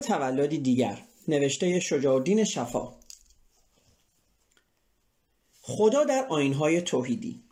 تولدی دیگر، نوشته شجاع‌الدین شفا. خدا در آیین‌های توحیدی.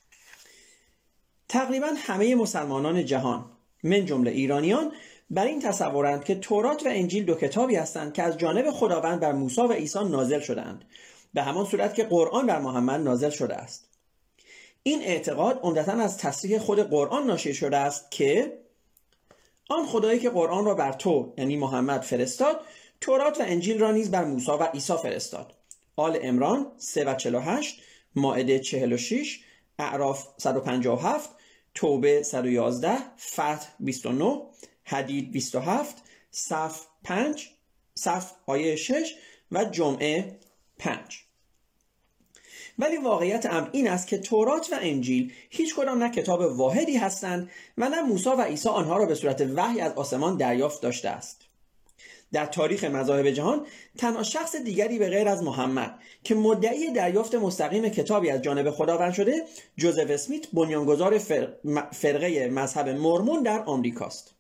تقریبا همه مسلمانان جهان من جمله ایرانیان بر این تصورند که تورات و انجیل دو کتابی هستند که از جانب خداوند بر موسی و عیسی نازل شده‌اند، به همان صورت که قرآن بر محمد نازل شده است. این اعتقاد عمدتاً از تصریح خود قرآن ناشی شده است که آن خدایی که قرآن را بر تو یعنی محمد فرستاد، تورات و انجیل را نیز بر موسی و عیسی فرستاد. آل عمران 3:48، مائده 46، اعراف 157، توبه 111، فتح 29، حدید 27، صف 5، صف آیه 6 و جمعه 5. ولی واقعیت امر این است که تورات و انجیل هیچ کدام نه کتاب واحدی هستند و نه موسی و عیسی آنها را به صورت وحی از آسمان دریافت داشته است. در تاریخ مذاهب جهان تنها شخص دیگری به غیر از محمد که مدعی دریافت مستقیم کتابی از جانب خداوند شده، جوزف اسمیت، بنیانگذار فرقه مذهب مورمون در آمریکاست.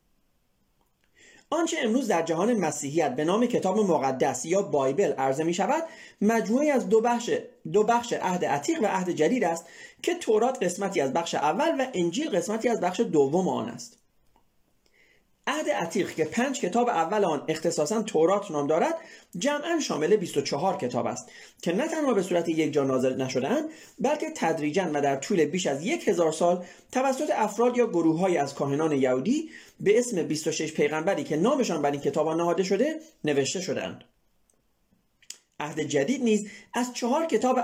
آنچه امروز در جهان مسیحیت به نام کتاب مقدس یا بایبل عرضه می شود، مجموعی از دو بخش عهد عتیق و عهد جدید است که تورات قسمتی از بخش اول و انجیل قسمتی از بخش دوم آن است. عهد عتیق که 5 کتاب اول آن اختصاصاً تورات نام دارد، جمعاً شامل 24 کتاب است که نه تنها به صورت یک جا نازل نشده‌اند، بلکه تدریجاً و در طول بیش از 1000 سال توسط افراد یا گروه‌هایی از کاهنان یهودی به اسم 26 پیغمبری که نامشان بر این کتاب‌ها نهاده شده نوشته شده‌اند. عهد جدید نیز از 4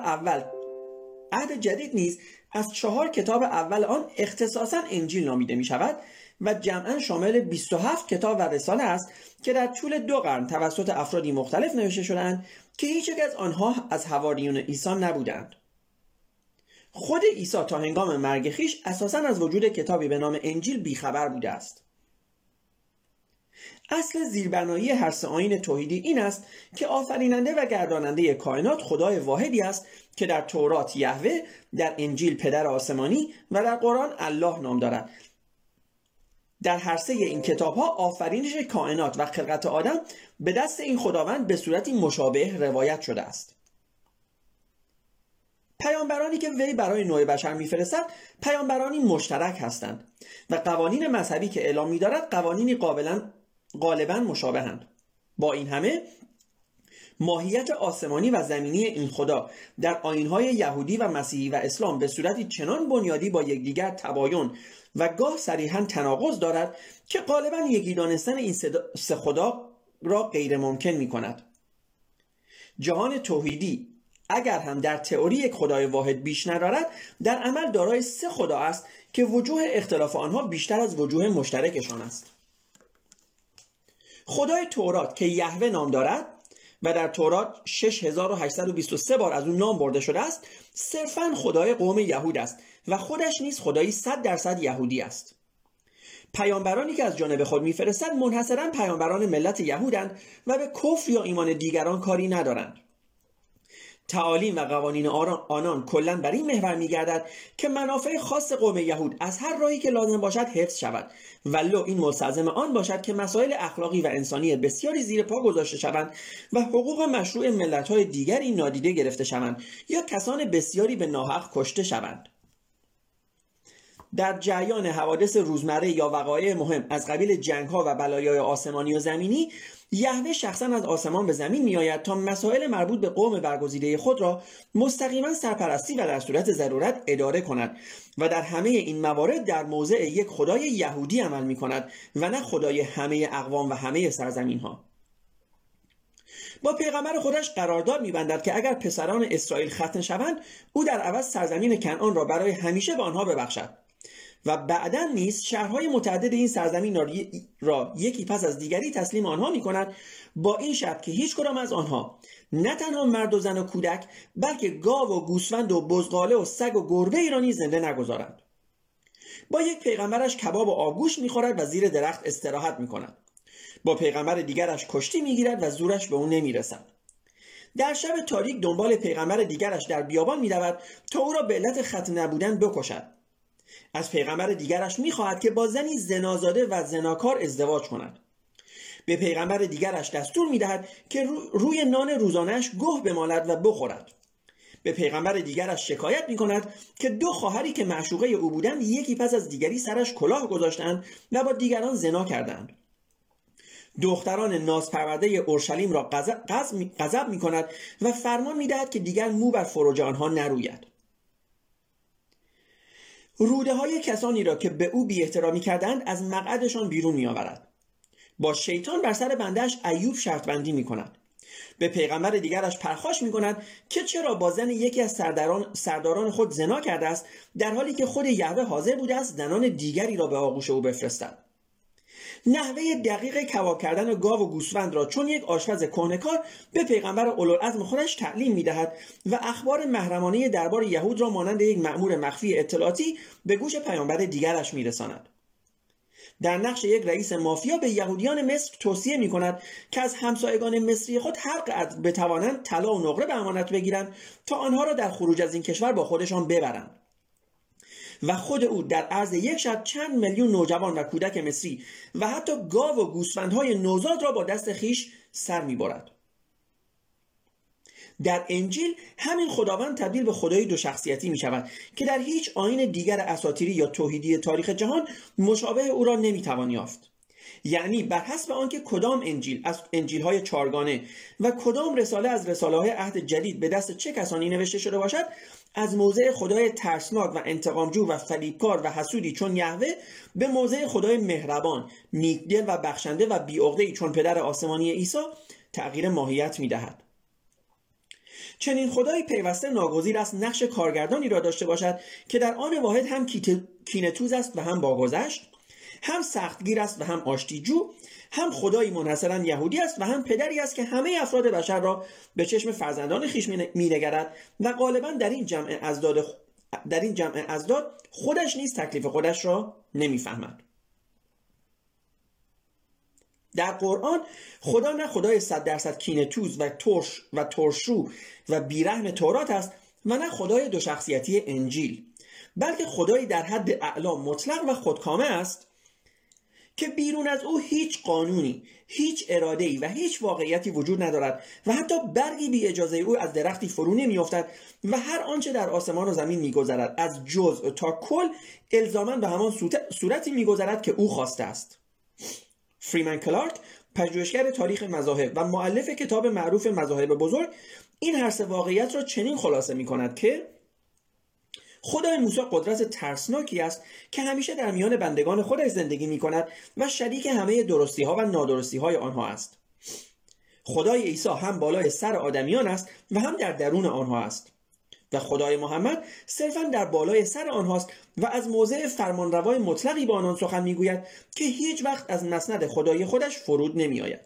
کتاب اول آن اختصاصاً انجیل نامیده می شود و جمعاً شامل 27 کتاب و رساله است که در طول 2 قرن توسط افرادی مختلف نوشته شدند که هیچ یک از آنها از حواریون عیسی نبودند. خود عیسی تا هنگام مرگ خویش اساساً از وجود کتابی به نام انجیل بیخبر بوده است. اصل زیربنایی هر سه آیین توحیدی این است که آفریننده و گرداننده کائنات خدای واحدی است که در تورات یهوه، در انجیل پدر آسمانی و در قرآن الله نام دارد. در هر سه این کتاب‌ها آفرینش کائنات و خلقت آدم به دست این خداوند به صورتی مشابه روایت شده است. پیامبرانی که وی برای نوع بشر می‌فرستد پیامبرانی مشترک هستند و قوانین مذهبی که اعلام می‌دارد قوانینی غالباً مشابهند. با این همه ماهیت آسمانی و زمینی این خدا در آیین‌های یهودی و مسیحی و اسلام به صورتی چنان بنیادی با یکدیگر تباین و گاه صریحاً تناقض دارد که غالباً یکی دانستن این سه خدا را غیر ممکن می‌کند. جهان توحیدی اگر هم در تئوری یک خدای واحد بیش ندارد، در عمل دارای 3 خدا است که وجوه اختلاف آنها بیشتر از وجوه مشترکشان است. خدای تورات که یهوه نام دارد و در تورات 6823 بار از اون نام برده شده است، صرفاً خدای قوم یهود است و خودش نیز خدایی 100% یهودی است. پیامبرانی که از جانب خود می‌فرستد منحصراً پیامبران ملت یهودند و به کفر یا ایمان دیگران کاری ندارند. تعالیم و قوانین آنان کلاً بر این محور می‌گردد که منافع خاص قوم یهود از هر راهی که لازم باشد حفظ شود، ولو این مستلزم آن باشد که مسائل اخلاقی و انسانی بسیاری زیر پا گذاشته شوند و حقوق مشروع ملت‌های دیگری نادیده گرفته شوند یا کسان بسیاری به ناحق کشته شوند. در جریان حوادث روزمره یا وقایع مهم از قبیل جنگ‌ها و بلایای آسمانی و زمینی، یهوه شخصاً از آسمان به زمین می‌آید تا مسائل مربوط به قوم برگزیده خود را مستقیما سرپرستی و در صورت ضرورت اداره کند و در همه این موارد در موضع یک خدای یهودی عمل می‌کند و نه خدای همه اقوام و همه سرزمین‌ها. با پیغمبر خودش قرارداد می‌بندد که اگر پسران اسرائیل ختنه شوند، او در عوض سرزمین کنعان را برای همیشه به آنها ببخشد و بعداً نیز شهرهای متعدد این سرزمین را یکی پس از دیگری تسلیم آنها می کند، با این شرط که هیچ کدام از آنها نه تنها مرد و زن و کودک، بلکه گاو و گوسفند و بزغاله و سگ و گربه ایرانی زنده نگذارند. با یک پیغمبرش کباب و آبگوشت می خورد و زیر درخت استراحت می کند. با پیغمبر دیگرش کشتی می گیرد و زورش به اون نمی رسد. در شب تاریک دنبال پیغمبر دیگرش در بیابان می دود تا او را به علت ختنه نبودن بکشد. از پیغمبر دیگرش می‌خواهد که با زنی زنازاده و زناکار ازدواج کند. به پیغمبر دیگرش دستور می‌دهد که روی نان روزانه‌اش گه بمالد و بخورد. به پیغمبر دیگرش شکایت می‌کند که 2 خواهری که معشوقه او بودند یکی پس از دیگری سرش کلاه گذاشتند و با دیگران زنا کردند. دختران نازپرورده اورشلیم را غضب می‌کند و فرمان می‌دهد که دیگر مو بر فروج آنها نروید. روده‌های کسانی را که به او بی‌احترامی کردند از مقعدشان بیرون می‌آورد. با شیطان بر سر بنده‌اش ایوب شرط بندی می‌کند. به پیغمبر دیگرش پرخاش می‌کند که چرا با زن یکی از سرداران خود زنا کرده است، در حالی که خود یهوه حاضر بوده است زنان دیگری را به آغوش او بفرستد. نحوه دقیق کباب کردن گاو و گوسفند را چون یک آشپز کهنه‌کار به پیغمبر اولوالعزم خودش تعلیم می‌دهد و اخبار محرمانه دربار یهود را مانند یک مأمور مخفی اطلاعاتی به گوش پیامبر دیگرش می‌رساند. در نقش یک رئیس مافیا به یهودیان مصر توصیه می‌کند که از همسایگان مصری خود هر قدر بتوانند طلا و نقره به امانت بگیرند تا آنها را در خروج از این کشور با خودشان ببرند. و خود او در عرض یک شب چند میلیون نوجوان و کودک مصری و حتی گاو و گوسفندهای نوزاد را با دست خیش سر می‌برد. در انجیل همین خداوند تبدیل به خدای 2 شخصیتی می شود که در هیچ آیین دیگر اساطیری یا توحیدی تاریخ جهان مشابه او را نمی توان یافت. یعنی بر حسب آنکه کدام انجیل از انجیل‌های 4گانه و کدام رساله از رساله‌های عهد جدید به دست چه کسانی نوشته شده باشد، از موضع خدای ترسناک و انتقامجو و فریبکار و حسودی چون یهوه به موضع خدای مهربان، نیکدل و بخشنده و بی‌عقده‌ای چون پدر آسمانی عیسی تغییر ماهیت می‌دهد. چنین خدایی پیوسته ناگزیر است نقش کارگردانی را داشته باشد که در آن واحد هم کینه‌توز است و هم باگذشت، هم سختگیر است و هم آشتیجو، هم خدایی منحصراً یهودی است و هم پدری است که همه افراد بشر را به چشم فرزندان خویش می‌نگرد و غالباً در این جمع ازداد خودش نیز تکلیف خودش را نمی‌فهمد. در قرآن خدا نه خدای 100% کینه‌توز و ترشرو و بیرحم تورات است و نه خدای 2 شخصیتی انجیل، بلکه خدایی در حد اعلی مطلق و خودکامه است که بیرون از او هیچ قانونی، هیچ اراده‌ای و هیچ واقعیتی وجود ندارد و حتی برگی بی اجازه او از درختی فرو نمی‌افتد و هر آنچه در آسمان و زمین می‌گذرد از جزء تا کل الزاماً به همان صورتی می‌گذرد که او خواسته است. فریمن کلارک، پژوهشگر تاریخ مذاهب و مؤلف کتاب معروف مذاهب بزرگ، این هر 3 واقعیت را چنین خلاصه می‌کند که خدای موسی قدرت ترسناکی است که همیشه در میان بندگان خودش زندگی می‌کند و شریک همه درستی‌ها و نادرستی‌های آنها است. خدای عیسی هم بالای سر آدمیان است و هم در درون آنها است. و خدای محمد صرفاً در بالای سر آنهاست و از موضع فرمانروای مطلقی با آنان سخن میگوید که هیچ وقت از مسند خدای خودش فرود نمی آید.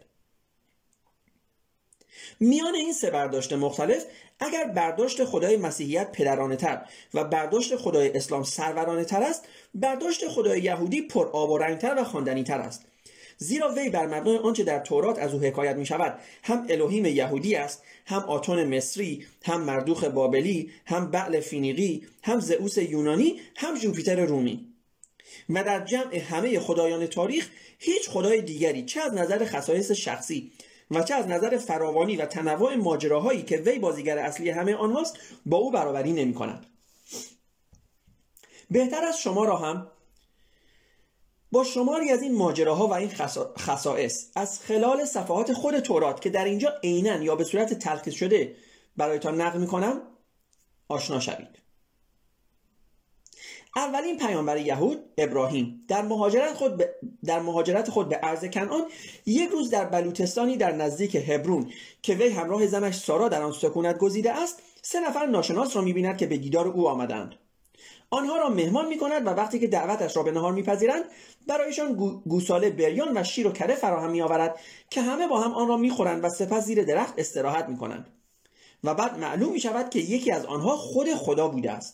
میان این 3 برداشت مختلف اگر برداشت خدای مسیحیت پدرانه تر و برداشت خدای اسلام سرورانه تر است، برداشت خدای یهودی پر آب و رنگ تر و خواندنی تر است، زیرا وی بر مبنای آنچه در تورات از او حکایت می شود هم الوهیم یهودی است، هم آتون مصری، هم مردوخ بابلی، هم بعل فینیقی، هم زئوس یونانی، هم جوپیتر رومی. و در جمع همه خدایان تاریخ هیچ خدای دیگری چه از نظر خصایص شخصی و چه از نظر فراوانی و تنوع ماجراهایی که وی بازیگر اصلی همه آنهاست با او برابری نمی کند. بهتر از شما را هم با شماری از این ماجراها و این خصائص از خلال صفحات خود تورات که در اینجا عیناً یا به صورت تلخیص شده برایتان نقل می‌کنم آشنا شوید. اولین پیامبر یهود ابراهیم در مهاجرت خود به ارض کنعان یک روز در بلوچستانی در نزدیک هبرون که وی همراه زنش سارا در آن سکونت گزیده است 3 نفر ناشناس را می‌بیند که به دیدار او آمدند. آنها را مهمان می‌کند و وقتی که دعوتش را به نهار می‌پذیرند برایشان گوساله بریان و شیر و کره فراهم می‌آورد که همه با هم آن را می‌خورند و سپس زیر درخت استراحت می‌کنند و بعد معلوم می‌شود که یکی از آنها خود خدا بوده است.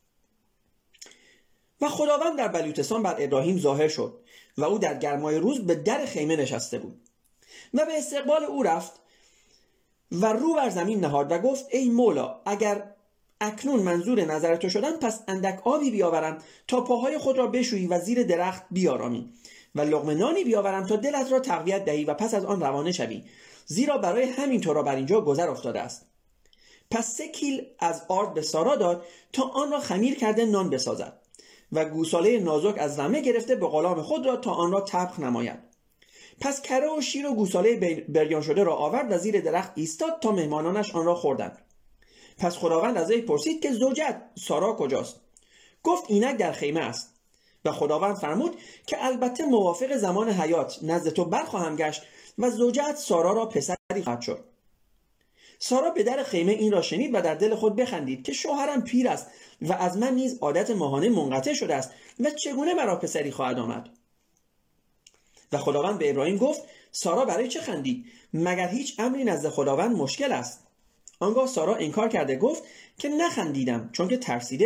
و خداوند در بلوچستان بر ابراهیم ظاهر شد و او در گرمای روز به در خیمه نشسته بود و به استقبال او رفت و رو بر زمین نهاد و گفت ای مولا، اگر اکنون منظور نظر تو شدم پس اندک آبی بیاورم تا پاهای خود را بشویی و زیر درخت بیارامی و لقمه نانی بیاورم تا دلت را تقویت دهی و پس از آن روانه شوی، زیرا برای همین تو را بر اینجا گذر افتاده است. پس 3 کیل از آرد به سارا داد تا آن را خمیر کرده نان بسازد و گوساله نازک از رمه گرفته به غلام خود را تا آن را طبخ نماید. پس کره و شیر و گوساله بریان شده را آورد و زیر درخت ایستاد تا مهمانانش آن را خوردند. پس خداوند از وی پرسید که زوجت سارا کجاست؟ گفت اینک در خیمه است. و خداوند فرمود که البته موافق زمان حیات نزد تو برخواهم گشت و زوجت سارا را پسری خواهد شد. سارا به در خیمه این را شنید و در دل خود بخندید که شوهرم پیر است و از من نیز عادت ماهانه منقطع شده است و چگونه مرا پسری خواهد آمد. و خداوند به ابراهیم گفت سارا برای چه خندی؟ مگر هیچ امری نزد خداوند مشکل است؟ آنگاه سارا انکار کرده گفت که نخندیدم چون که ترسیده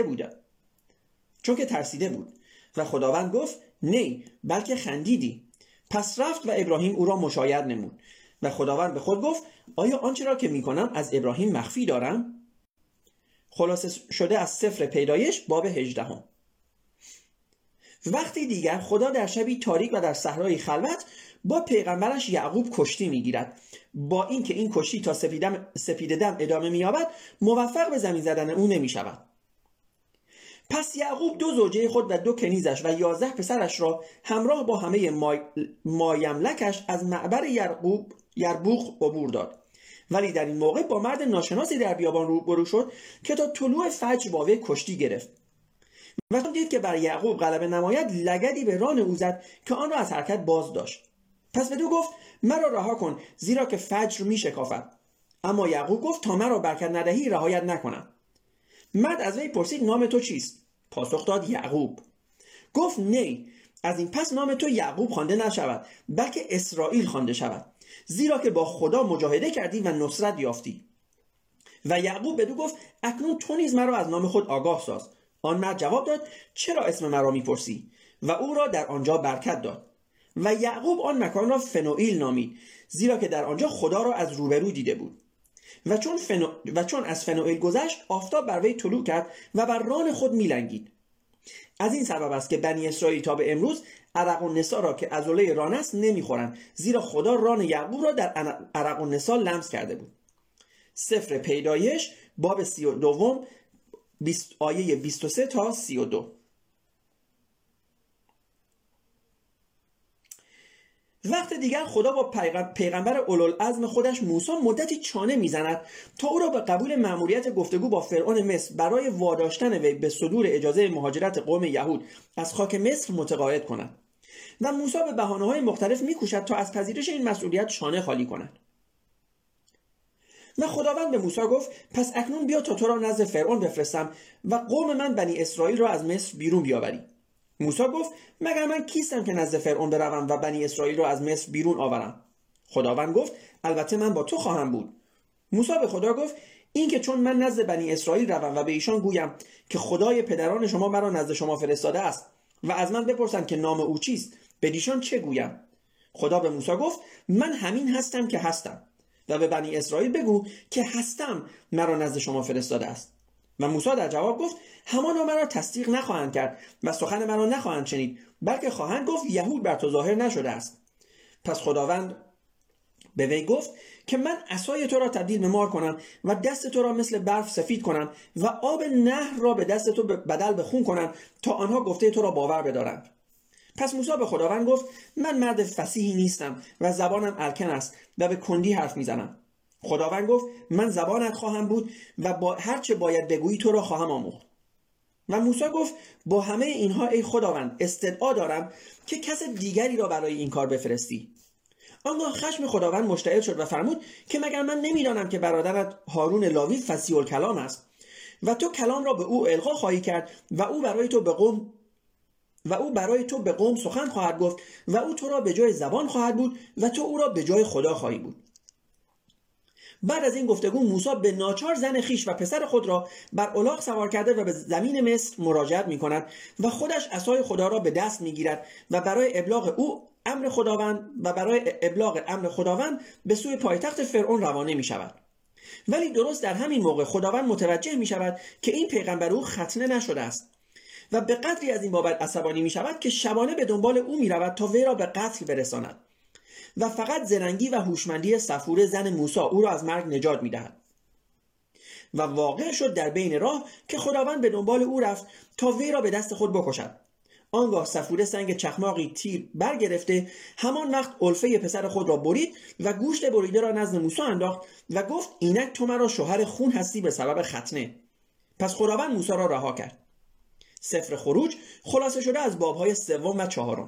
بود. و خداوند گفت نه، بلکه خندیدی. پس رفت و ابراهیم او را مشاید نمود. و خداوند به خود گفت آیا آنچه را که میکنم از ابراهیم مخفی دارم؟ خلاصه شده از سفر پیدایش باب 18. وقتی دیگر خدا در شبی تاریک و در صحرای خلوت با پیغمبرش یعقوب کشتی میگیرد. با اینکه این کشتی تا سپید دم ادامه مییابد، موفق به زمین زدن او نمیشود. پس یعقوب 2 زوجه خود و 2 کنیزش و 11 پسرش را همراه با همه مایملکش از معبر یربوق عبور داد. ولی در این موقع با مرد ناشناسی در بیابان روبرو شد که تا طلوع فجر با وی کشتی گرفت. و چون دید که بر یعقوب غلبه نماید، لگدی به ران او زد که آن را از حرکت باز داشت. پس بدو گفت مرا رها کن، زیرا که فجر می شکافد. اما یعقوب گفت تا مرا برکت ندهی رهایت نکنم. مرد از وی پرسید نام تو چیست؟ پاسخ داد یعقوب. گفت نه، از این پس نام تو یعقوب خوانده نشود، بلکه اسرائیل خوانده شود، زیرا که با خدا مجاهده کردی و نصرت یافتی. و یعقوب بدو گفت اکنون تو نیز مرا از نام خود آگاه ساز. آن مرد جواب داد چرا اسم مرا میپرسی؟ و او را در آنجا برکت داد. و یعقوب آن مکان را فنوئیل نامید، زیرا که در آنجا خدا را از روبرو دیده بود. و چون از فنوئیل گذشت، آفتاب بر وی طلوع کرد و بر ران خود میلنگید. از این سبب است که بنی اسرائیل تا به امروز عرق النساء را که عضله ران است نمیخورند، زیرا خدا ران یعقوب را در عرق النساء لمس کرده بود. سفر پیدایش باب 32 آیه 23 تا 32. وقت دیگر خدا با پیغمبر اولوالعزم خودش موسی مدتی چانه میزند تا او را به قبول مأموریت گفتگو با فرعون مصر برای واداشتن وی به صدور اجازه مهاجرت قوم یهود از خاک مصر متقاعد کند. و موسی به بهانه‌های مختلف میکوشد تا از پذیرش این مسئولیت شانه خالی کند. و خداوند به موسی گفت پس اکنون بیا تا تو را نزد فرعون بفرستم و قوم من بنی اسرائیل را از مصر بیرون بیاوری. موسی گفت مگر من کیستم که نزد فرعون بروم و بنی اسرائیل را از مصر بیرون آورم؟ خداوند گفت البته من با تو خواهم بود. موسی به خدا گفت این که چون من نزد بنی اسرائیل روم و به ایشان گویم که خدای پدران شما مرا نزد شما فرستاده است و از من بپرسند که نام او چیست، به ایشان چه گویم؟ خدا به موسی گفت من همین هستم که هستم و به بنی اسرائیل بگو که هستم مرا نزد شما فرستاده است. و موسی در جواب گفت همانا مرا تصدیق نخواهند کرد و سخن مرا نخواهند شنید، بلکه خواهند گفت یهود بر تو ظاهر نشده است. پس خداوند به وی گفت که من عصای تو را تبدیل به مار کنم و دست تو را مثل برف سفید کنم و آب نهر را به دست تو بدل به خون کنم تا آنها گفته تو را باور بدارند. پس موسی به خداوند گفت من مرد فصیحی نیستم و زبانم الکن است و به کندی حرف میزنم. خداوند گفت من زبانت خواهم بود و با هر چه باید بگویی تو را خواهم آموخت. و موسی گفت با همه اینها ای خداوند استدعا دارم که کس دیگری را برای این کار بفرستی. آنگاه خشم خداوند مشتعل شد و فرمود که مگر من نمیدانم که برادرت هارون لاوی فصیح الکلام است و تو کلام را به او القا خواهی کرد و او برای تو به قوم سخن خواهد گفت و او تو را به جای زبان خواهد بود و تو او را به جای خدا خواهی بود. بعد از این گفتگو موسی به ناچار زن خیش و پسر خود را بر الاغ سوار کرده و به زمین مصر مراجعت می کند و خودش عصای خدا را به دست می گیرد و برای ابلاغ امر خداوند به سوی پایتخت فرعون روانه می شود. ولی درست در همین موقع خداوند متوجه می شود که این پیغمبر او ختنه نشده است و به قدری از این بابت عصبانی می شود که شبانه به دنبال او می رود تا وی را به قتل برساند و فقط زرنگی و هوشمندی صفوره زن موسی او را از مرگ نجات می دهد. و واقع شد در بین راه که خداوند به دنبال او رفت تا وی را به دست خود بکشد. آنگاه صفوره سنگ چخماقی تیر برگرفته همان وقت الفه پسر خود را برید و گوشت بریده را نزد موسی انداخت و گفت اینک تو مرا شوهر خون هستی به سبب ختنه. پس خداوند موسی را رها کرد. سفر خروج خلاصه شده از بابهای 3 و 4.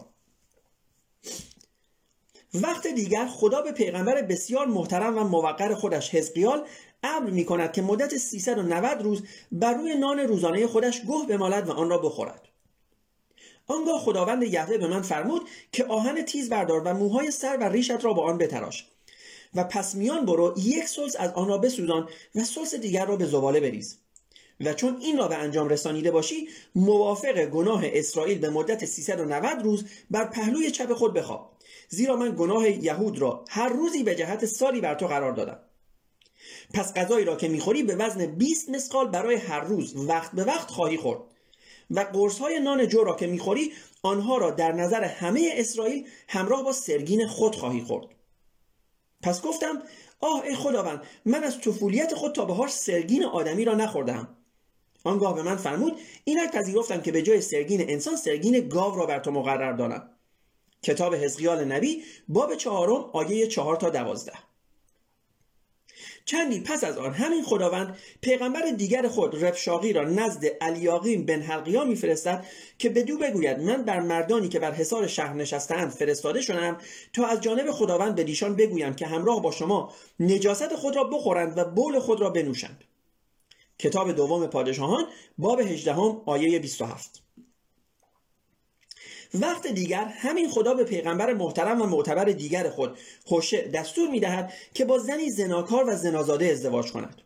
وقت دیگر خدا به پیغمبر بسیار محترم و موقر خودش حزقیال امر می کند که مدت 390 روز بر روی نان روزانه خودش گوه بمالد و آن را بخورد. آنگاه خداوند یهوه به من فرمود که آهن تیز بردار و موهای سر و ریشت را با آن بتراش و پس میان برو 1 سلس از آن را بسوزان و سلس دیگر را به زباله بریز و چون این را به انجام رسانیده باشی موافق گناه اسرائیل به مدت 390 روز بر پهلوی چپ خود بخواب، زیرا من گناه یهود را هر روزی به جهت سالی بر تو قرار دادم. پس غذایی را که میخوری به وزن 20 مثقال برای هر روز وقت به وقت خواهی خورد و قرص‌های نان جو را که میخوری آنها را در نظر همه اسرائیل همراه با سرگین خود خواهی خورد. پس گفتم آه ای خداوند، من از طفولیت خود تا به حال سرگین آدمی را نخوردم. آنگاه به من فرمود اینک پذیرفتم که به جای سرگین انسان سرگین گاو را بر تو مقرر دارم. کتاب حزقیال نبی باب 4 آیه 4 تا 12. چندی پس از آن همین خداوند پیغمبر دیگر خود ربشاقی را نزد الیاقیم بن حلقیا میفرستد که بدو بگوید من بر مردانی که بر حصار شهر نشسته‌اند فرستاده شدم تا از جانب خداوند به ایشان بگویم که همراه با شما نجاست خود را بخورند و بول خود را بنوشند. کتاب دوم پادشاهان باب 18 آیه 27. وقت دیگر همین خدا به پیغمبر محترم و معتبر دیگر خود هوشع دستور می‌دهد که با زنی زناکار و زنازاده ازدواج کند.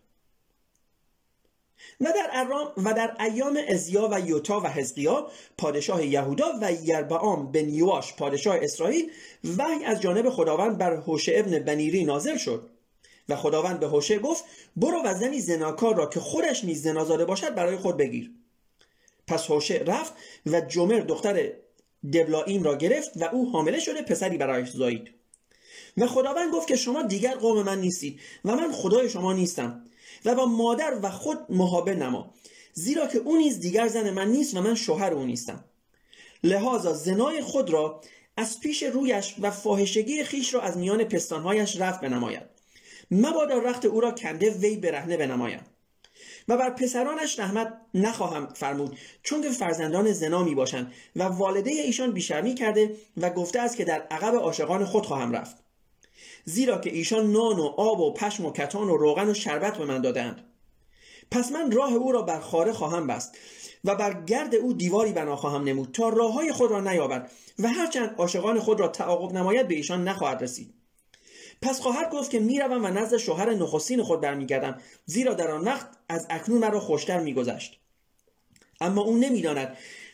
و در ایام عزیا و یوتا و حزقیا پادشاه یهودا و یربعام بن یواش پادشاه اسرائیل وحی از جانب خداوند بر هوشع ابن بنیری نازل شد و خداوند به هوشع گفت برو و زنی زناکار را که خودش نیز زنازاده باشد برای خود بگیر. پس هوشع رفت و جمر دختر دبلائیم را گرفت و او حامله شده پسری برایش زایید. و خداوند گفت که شما دیگر قوم من نیستید و من خدای شما نیستم و با مادر و خود محابه نما، زیرا که او نیز دیگر زن من نیست و من شوهر او نیستم. لذا زنای خود را از پیش رویش و فاحشگی خیش را از میان پستانهایش رفع بنماید. مبادا رخت او را کنده وی برهنه بنمایم. و بر پسرانش رحمت نخواهم فرمود چون که فرزندان زنا می باشند و والده ایشان بیشرمی کرده و گفته است که در عقب عاشقان خود خواهم رفت، زیرا که ایشان نان و آب و پشم و کتان و روغن و شربت به من دادند. پس من راه او را بر خاره خواهم بست و بر گرد او دیواری بنا خواهم نمود تا راههای خود را نیابد و هرچند عاشقان خود را تعاقب نماید به ایشان نخواهد رسید. پس خواهد گفت که میروم و نزد شوهر نخستین خود برمیگردم، زیرا در آن وقت از اکنون مرا خوشتر میگذشت. اما او نمیداند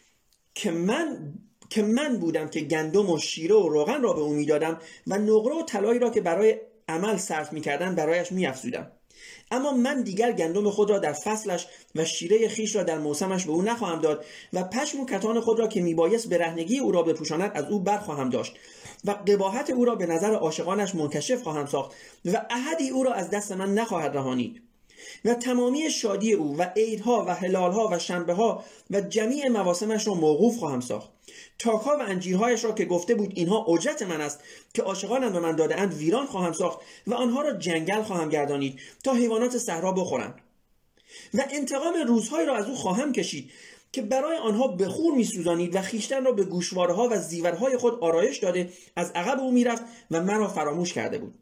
که من بودم که گندم و شیره و روغن را به او میدادم و نقره و طلایی را که برای عمل صرف میکردن برایش میافزودم. اما من دیگر گندم خود را در فصلش و شیره خیش را در موسمش به او نخواهم داد و پشم و کتان خود را که میبایست برهنگی او را بپوشاند از او برخواهم داشت و قباحت او را به نظر عاشقانش منکشف خواهم ساخت و احدی او را از دست من نخواهد رهانید و تمامی شادی او و عیدها و هلالها و شنبهها و جمیع مواسمش را موقوف خواهم ساخت. تاکها و انجیرهایش را که گفته بود اینها اجرت من است که عاشقانم به من داده اند ویران خواهم ساخت و آنها را جنگل خواهم گردانید تا حیوانات صحرا بخورند و انتقام روزهایی را از او خواهم کشید که برای آنها بخور می‌سوزانید و خیشتن را به گوشواره‌ها و زیورهای خود آرایش داده از عقب او میرفت و مرا فراموش کرده بود.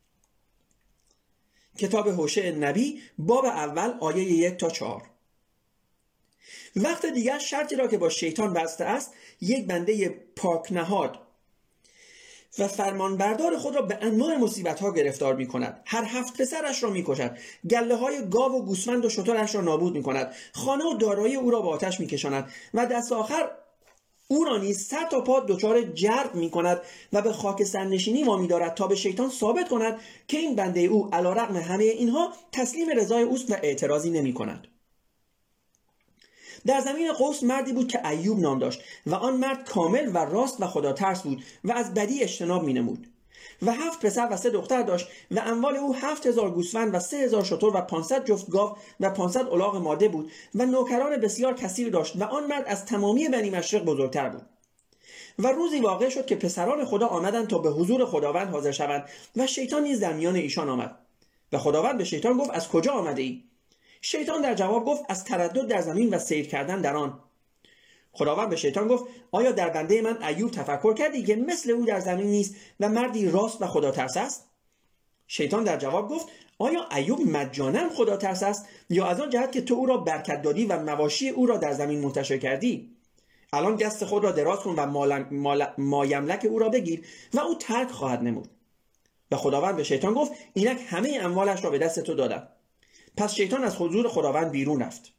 کتاب هوشع نبی باب اول آیه 1 تا 4. وقت دیگر شرطی را که با شیطان بسته است یک بنده پاک نهاد و فرمانبردار خود را به انواع مصیبت‌ها گرفتار می‌کند. هر 7 پسرش را می‌کشد، گله‌های گاو و گوسفند و شترش را نابود می‌کند، خانه و دارایی او را به آتش می‌کشاند و دست آخر او را نیز سر تا پا دچار جرق می‌کند و به خاک سرنشینی وامی دارد تا به شیطان ثابت کند که این بنده او علیرغم همه اینها تسلیم رضای اوست و اعتراضی نمی‌کند. در زمین قوس مردی بود که ایوب نام داشت و آن مرد کامل و راست و خدا ترس بود و از بدی اجتناب می نمود و 7 پسر و 3 دختر داشت و اموال او 7000 گوسفند و 3000 شتر و 500 جفت گاو و 500 الاغ ماده بود و نوکران بسیار کثیر داشت و آن مرد از تمامی بنی مشرق بزرگتر بود. و روزی واقع شد که پسران خدا آمدند تا به حضور خداوند حاضر شوند و شیطان نیز در میان ایشان آمد و خداوند به شیطان گفت از کجا آمده ای؟ شیطان در جواب گفت از تردد در زمین و سیر کردن در آن. خداوند به شیطان گفت آیا در بنده من ایوب تفکر کردی که مثل او در زمین نیست و مردی راست و خدا ترس است؟ شیطان در جواب گفت آیا ایوب مجانا خدا ترس است یا از آن جهت که تو او را برکت دادی و مواشی او را در زمین منتشر کردی؟ الان دست خود را دراز کن و مایملک او را بگیر و او ترک خواهد نمود. و خداوند به شیطان گفت اینک همه اموالش را به دست تو دادم. پس شیطان از حضور خداوند بیرون رفت.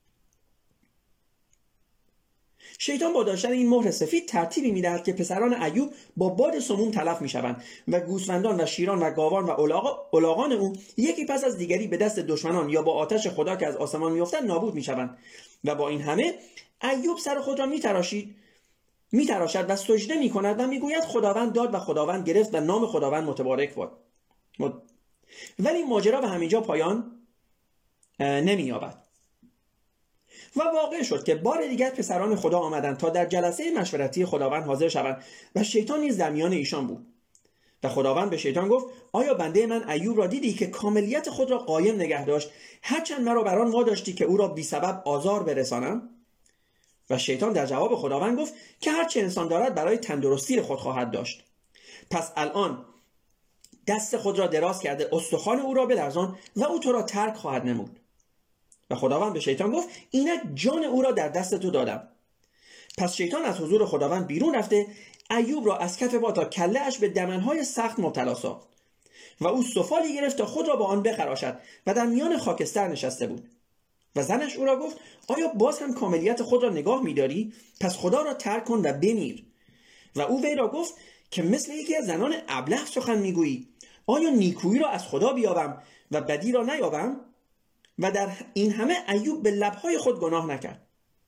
شیطان با داشتن این مهر سفید ترتیبی می‌دهد که پسران ایوب با باد سموم تلف می‌شوند و گوسفندان و شیران و گاوان و الاغان او یکی پس از دیگری به دست دشمنان یا با آتش خدا که از آسمان می‌افتد نابود می‌شوند. و با این همه ایوب سر خود را می‌تراشد و سجده می‌کند و می‌گوید خداوند داد و خداوند گرفت و نام خداوند متبارک باد. ولی ماجرا به همینجا پایان نمی‌یابد. و واقع شد که بار دیگر پسران خدا آمدند تا در جلسه مشورتی خداوند حاضر شوند و شیطان نیز در میان ایشان بود. و خداوند به شیطان گفت آیا بنده من ایوب را دیدی که کاملیت خود را قایم نگه داشت هرچند مرا بر آن واداشتی که او را بی سبب آزار برسانم؟ و شیطان در جواب خداوند گفت که هرچه انسان دارد برای تندرستی خود خواهد داشت. پس الان دست خود را دراز کرده استخوان او را بلرزان و او تو را ترک خواهد نمود. و خداوند به شیطان گفت اینک جان او را در دست تو دادم. پس شیطان از حضور خداوند بیرون رفته ایوب را از کف پا تا کله اش به دمنهای سخت مبتلا ساخت و او سفالی گرفت تا خود را با آن بخراشد و در میان خاکستر نشسته بود. و زنش او را گفت آیا باز هم کاملیت خود را نگاه می‌داری؟ پس خدا را ترک کن و بمیر. و او وی را گفت که مثل یکی از زنان ابله سخن میگویی. آیا نیکویی را از خدا بیابم و بدی را نیابم؟ و در این همه ایوب به لبهای خود گناه نکرد.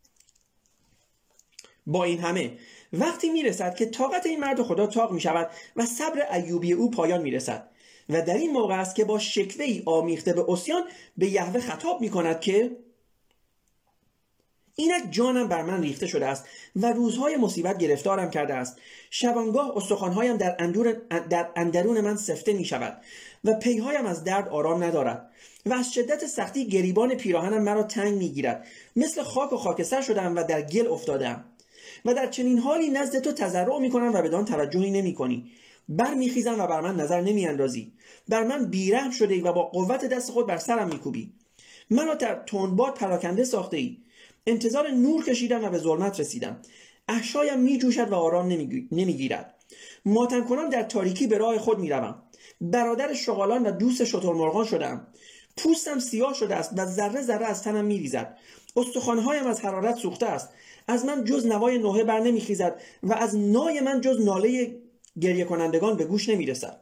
با این همه وقتی میرسد که طاقت این مرد خدا تاق میشود و صبر ایوبی او پایان میرسد و در این موقع است که با شکوه‌ای آمیخته به عصیان به یهوه خطاب میکند که اینک جانم بر من ریخته شده است و روزهای مصیبت گرفتارم کرده است. شبانگاه استخوانهایم در اندرون من سفته می شود و پیهایم از درد آرام ندارد و از شدت سختی گریبان پیراهنم مرا تنگ می گیرد. مثل خاک و خاکستر شدم و در گل افتادم و در چنین حالی نزد تو تضرع می کنم و بدان توجهی نمی کنی. بر می خیزم و بر من نظر نمی اندازی. بر من بیرحم شده ای و با قوت دست خود بر سرم می کوبی. مرا در تندباد پراکنده ساخته ای. انتظار نور کشیدم و به ظلمت رسیدم. احشایم می جوشد و آرام نمی گیرد. ماتم کنان در تاریکی به راه خود می روم. برادر شغالان و دوست شترمرغان شدم. پوستم سیاه شده است و ذره ذره از تنم می ریزد. استخوانهایم از حرارت سوخته است. از من جز نوای نوحه بر نمی خیزد و از نای من جز ناله گریه کنندگان به گوش نمی رسد.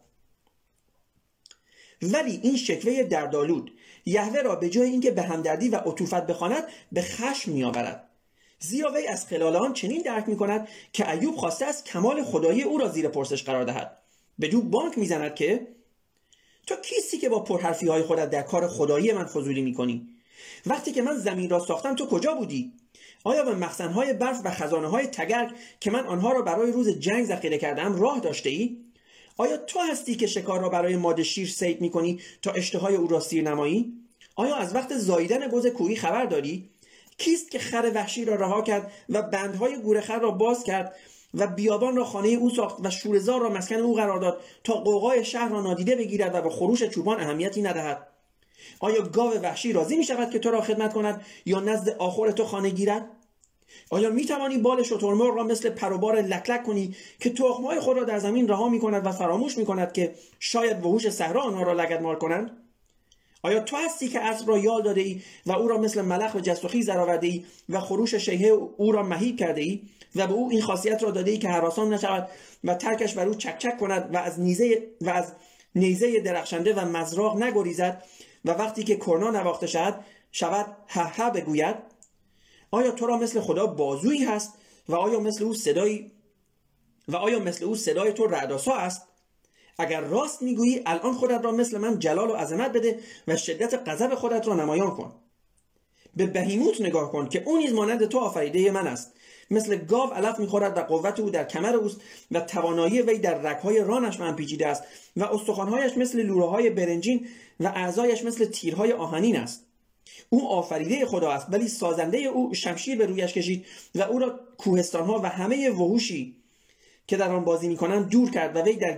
ولی این شکوه دردآلود یهوه را به جای اینکه به همدردی و عطوفت بخواند به خشم میآورد، زیرا وی از خلال آن چنین درک میکند که ایوب خواسته است کمال خدایی او را زیر پرسش قرار دهد. بدو بانک میزند که تو کیستی که با پرحرفی های خودت در کار خدایی من فضولی میکنی؟ وقتی که من زمین را ساختم تو کجا بودی؟ آیا به مخزن‌های برف و خزانه‌های تگرگ که من آنها را برای روز جنگ ذخیره کردم راه داشته ای؟ آیا تو هستی که شکار را برای ماده شیر صید می‌کنی تا اشتهای او را سیر نمایی؟ آیا از وقت زاییدن گوز کوهی خبر داری؟ کیست که خر وحشی را رها کرد و بندهای گورخر را باز کرد و بیابان را خانه او ساخت و شوره‌زار را مسکن او قرار داد تا غوغای شهر را نادیده بگیرد و به خروش چوبان اهمیتی ندهد؟ آیا گاو وحشی راضی می شود که تو را خدمت کند یا نزد آخر تو خانه گیرد؟ آیا می توانی بال شترمرغ را مثل پروبار لکلک کنی که تخم‌های خود را در زمین رها می کند و فراموش می کند که شاید وحوش صحرا آنها را لگدمال کنند؟ آیا تو هستی که اسب را یال داده ای و او را مثل ملخ به جست و خیز درآورده ای و خروش شیهه او را مهیب کرده ای و به او این خاصیت را داده ای که هراسان نشود و ترکش بر او چک چک کند و از نیزه درخشنده و مزراق نگریزد و وقتی که کرنا نواخته شود ها ها بگوید؟ آیا تو را مثل خدا بازویی هست و آیا مثل او صدای تو رعدآسا است؟ اگر راست میگویی الان خودت را مثل من جلال و عظمت بده و شدت غضب خودت را نمایان کن. به بهیموت نگاه کن که او نیز مانند تو آفریده من است. مثل گاو علف میخورد و قوت او در کمر اوست و توانایی وی در رگهای رانش من پیچیده است و استخوانهایش مثل لوله‌های برنجین و اعضایش مثل تیرهای آهنین است. او آفریده خدا است، ولی سازنده او شمشیر به رویش کشید و او را کوهستانها و همه وحوشی که در آن بازی میکنند دور کرد و وی در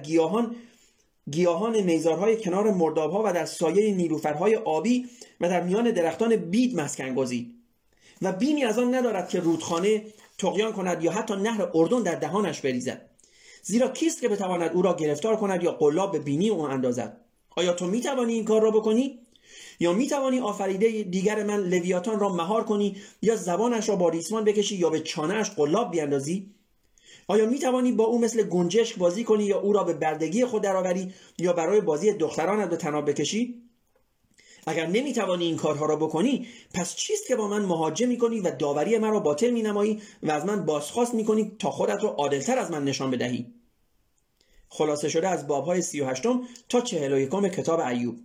گیاهان میزارهای کنار مردابها و در سایه نیلوفرهای آبی و در میان درختان بید مسکن گزید و بیمی از آن ندارد که رودخانه طغیان کند یا حتی نهر اردن در دهانش بریزد. زیرا کیست که بتواند او را گرفتار کند یا قلاب به بینی او اندازد؟ آیا تو میتوانی این کار را بکنی؟ یا میتوانی آفریده دیگر من لویاتان را مهار کنی یا زبانش را با ریسمان بکشی یا به چانه‌اش قلاب بیاندازی؟ آیا میتوانی با او مثل گنجشک بازی کنی یا او را به بردگی خود درآوری یا برای بازی دخترانت به طناب بکشی؟ اگر نمیتوانی این کارها را بکنی، پس چیست که با من محاجه میکنی و داوری من را باطل مینمایی و از من بازخواست میکنی تا خودت را عادلتر از من نشان بدهی؟ خلاصه شده از بابهای 38 تا 41 کتاب ایوب.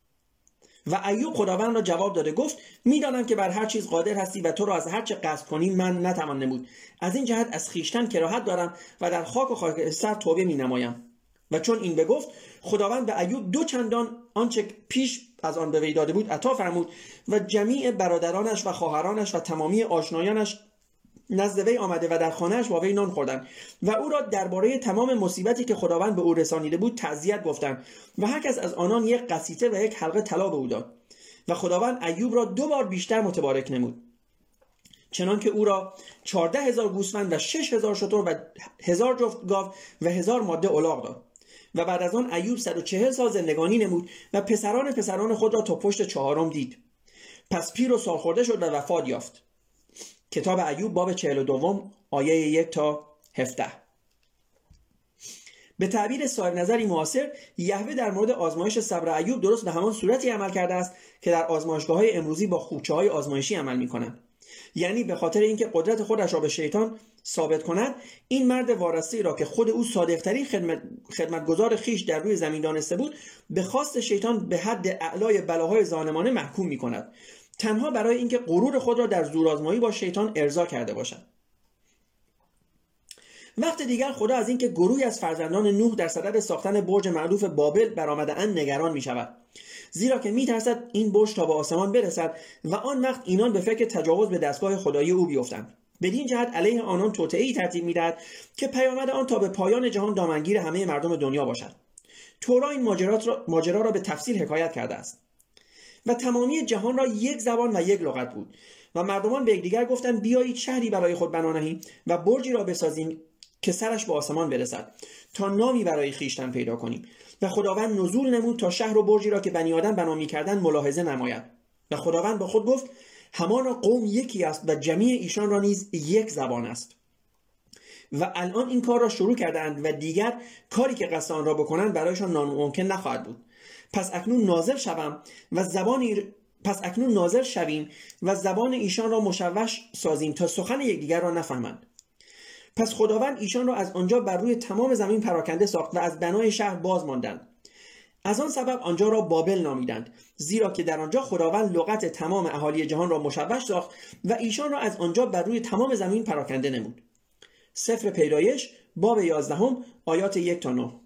و ایوب خداوند را جواب داده گفت: میدانم که بر هر چیز قادر هستی و تو را از هر چه قصد کنی من نتوان نمود. از این جهت از خیشتن کراهت دارم و در خاک و خاکستر توبه مینمایم. و چون این بگفت، خداوند به ایوب 2 چندان آنچه پیش از آن به وی داده بود عطا فرمود و جمیع برادرانش و خواهرانش و تمامی آشنایانش نزد وی آمده و در خانه‌اش با وی نان خوردند و او را درباره تمام مصیبتی که خداوند به او رسانیده بود تعزیت گفتند و هر کس از آنان 1 قصیده و 1 حلقه طلا به او داد. و خداوند ایوب را 2 بار بیشتر متبارک نمود، چنانکه او را 14,000 گوسفند و 6,000 شتر و 1000 جفت گاو و 1000 ماده الاغ داد. و بعد از آن ایوب 140 سال زندگانی نمود و پسران خود را تا پشت 4 دید. پس پیر و سالخورده شد و وفات یافت. کتاب ایوب باب 42 آیه 1 تا 17. به تعبیر صاحب نظری معاصر، یهوه در مورد آزمایش صبر ایوب درست به همان صورتی عمل کرده است که در آزمایشگاه‌های امروزی با خوچه‌های آزمایشی عمل می‌کنند. یعنی به خاطر اینکه قدرت خودش را به شیطان ثابت کند، این مرد وارسته را که خود او صادق‌ترین خدمتگزار خیش در روی زمین دانسته بود، به خواست شیطان به حد اعلای بلاهای ظالمانه محکوم می‌کند، تنها برای اینکه غرور خود را در زورآزمایی با شیطان ارضا کرده باشد. وقت دیگر خدا از اینکه گروهی از فرزندان نوح در صدد ساختن برج معروف بابل برآمده‌اند نگران می‌شود، زیرا که می‌ترسد این برج تا به آسمان برسد و آن وقت اینان به فکر تجاوز به دستگاه خدایی او بیفتند. بدین جهت علیه آنان توطئه‌ای ترتیب می‌دهد که پیامد آن تا به پایان جهان دامنگیر همه مردم دنیا باشد. تورا این ماجرا را به تفصیل حکایت کرده است. و تمامی جهان را 1 زبان و 1 لغت بود و مردمان به یکدیگر گفتند: بیایید شهری برای خود بنا نهیم و برجی را بسازیم که سرش به آسمان برسد تا نامی برای خیشتن پیدا کنیم. و خداوند نزول نمود تا شهر و برجی را که بنی آدم بنا می‌کردند ملاحظه نماید. و خداوند با خود گفت: همان قوم یکی است و جمیع ایشان را نیز 1 زبان است. و الان این کار را شروع کردند و دیگر کاری که قصد آن را بکنند برایشان ناممکن نخواهد بود. پس اکنون ناظر شویم و زبان ایشان را مشوش سازیم تا سخن یکدیگر را نفهمند. پس خداوند ایشان را از آنجا بر روی تمام زمین پراکنده ساخت و از بنای شهر باز ماندند. از آن سبب آنجا را بابل نامیدند، زیرا که در آنجا خداوند لغت تمام اهالی جهان را مشوش ساخت و ایشان را از آنجا بر روی تمام زمین پراکنده نمود. سفر پیدایش باب 11 آیات 1 تا 9.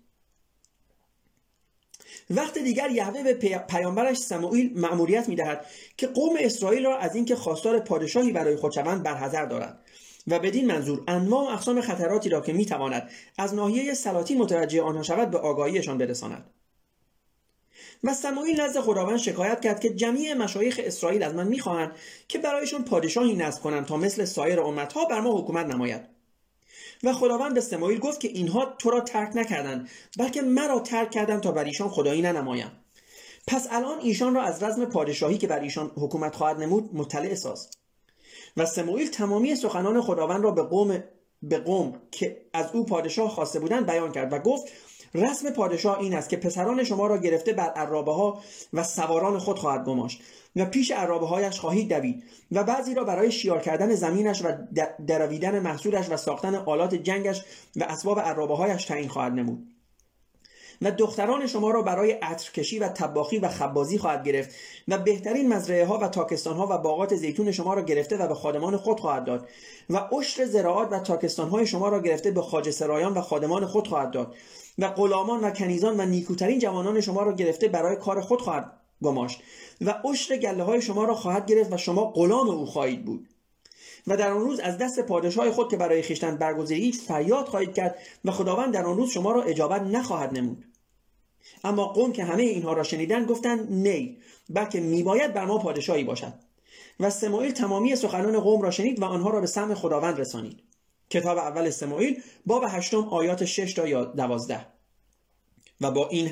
وقت دیگر یهوه به پیامبرش سموئیل مأموریت می‌دهد که قوم اسرائیل را از اینکه خواستار پادشاهی برای خود شوند برحذر دارد و بدین منظور انواع و اقسام خطراتی را که می‌تواند از ناحیه سلاطین متوجه آنها شود به آگاهیشان برساند. و سموئیل نزد خداوند شکایت کرد که جمیع مشایخ اسرائیل از من می‌خواهند که برایشان پادشاهی نصب کنم تا مثل سایر امت‌ها بر ما حکومت نماید. و خداوند به سموئیل گفت که اینها تو را ترک نکردند، بلکه مرا ترک کردند تا بر ایشان خدایی ننمایم. پس الان ایشان را از رزم پادشاهی که بر ایشان حکومت خواهد نمود مطلع ساز. و سموئیل تمامی سخنان خداوند را به قوم که از او پادشاه خواسته بودند بیان کرد و گفت: رسم پادشاه این است که پسران شما را گرفته بر عرابه ها و سواران خود خواهد گماشت و پیش عرابه هایش خواهید دوید و بعضی را برای شیار کردن زمینش و درویدن محصولش و ساختن آلات جنگش و اسباب عرابه هایش تعیین خواهد نمود و دختران شما را برای عطرکشی و طباخی و خبازی خواهد گرفت و بهترین مزرعه ها و تاکستان ها و باغات زیتون شما را گرفته و به خادمان خود خواهد داد و عشر زراعات و تاکستان های شما را گرفته به خواجه سرایان و خادمان خود خواهد داد و غلامان و کنیزان و نیکوترین جوانان شما را گرفته برای کار خود خواهد گماشت و عشر گله های شما را خواهد گرفت و شما غلام او خواهید بود و در آن روز از دست پادشاه خود که برای خویشتن برگزیدید فریاد خواهید کرد و خداوند در آن روز شما را اجابت نخواهد نمود. اما قوم که همه اینها را شنیدند گفتند نی، بلکه میباید بر ما پادشاهی باشد. و سموئیل تمامی سخنان قوم را شنید و آنها را به سمع خداوند رسانید. کتاب اول سموئیل باب 8 آیات 6 تا 12. و با این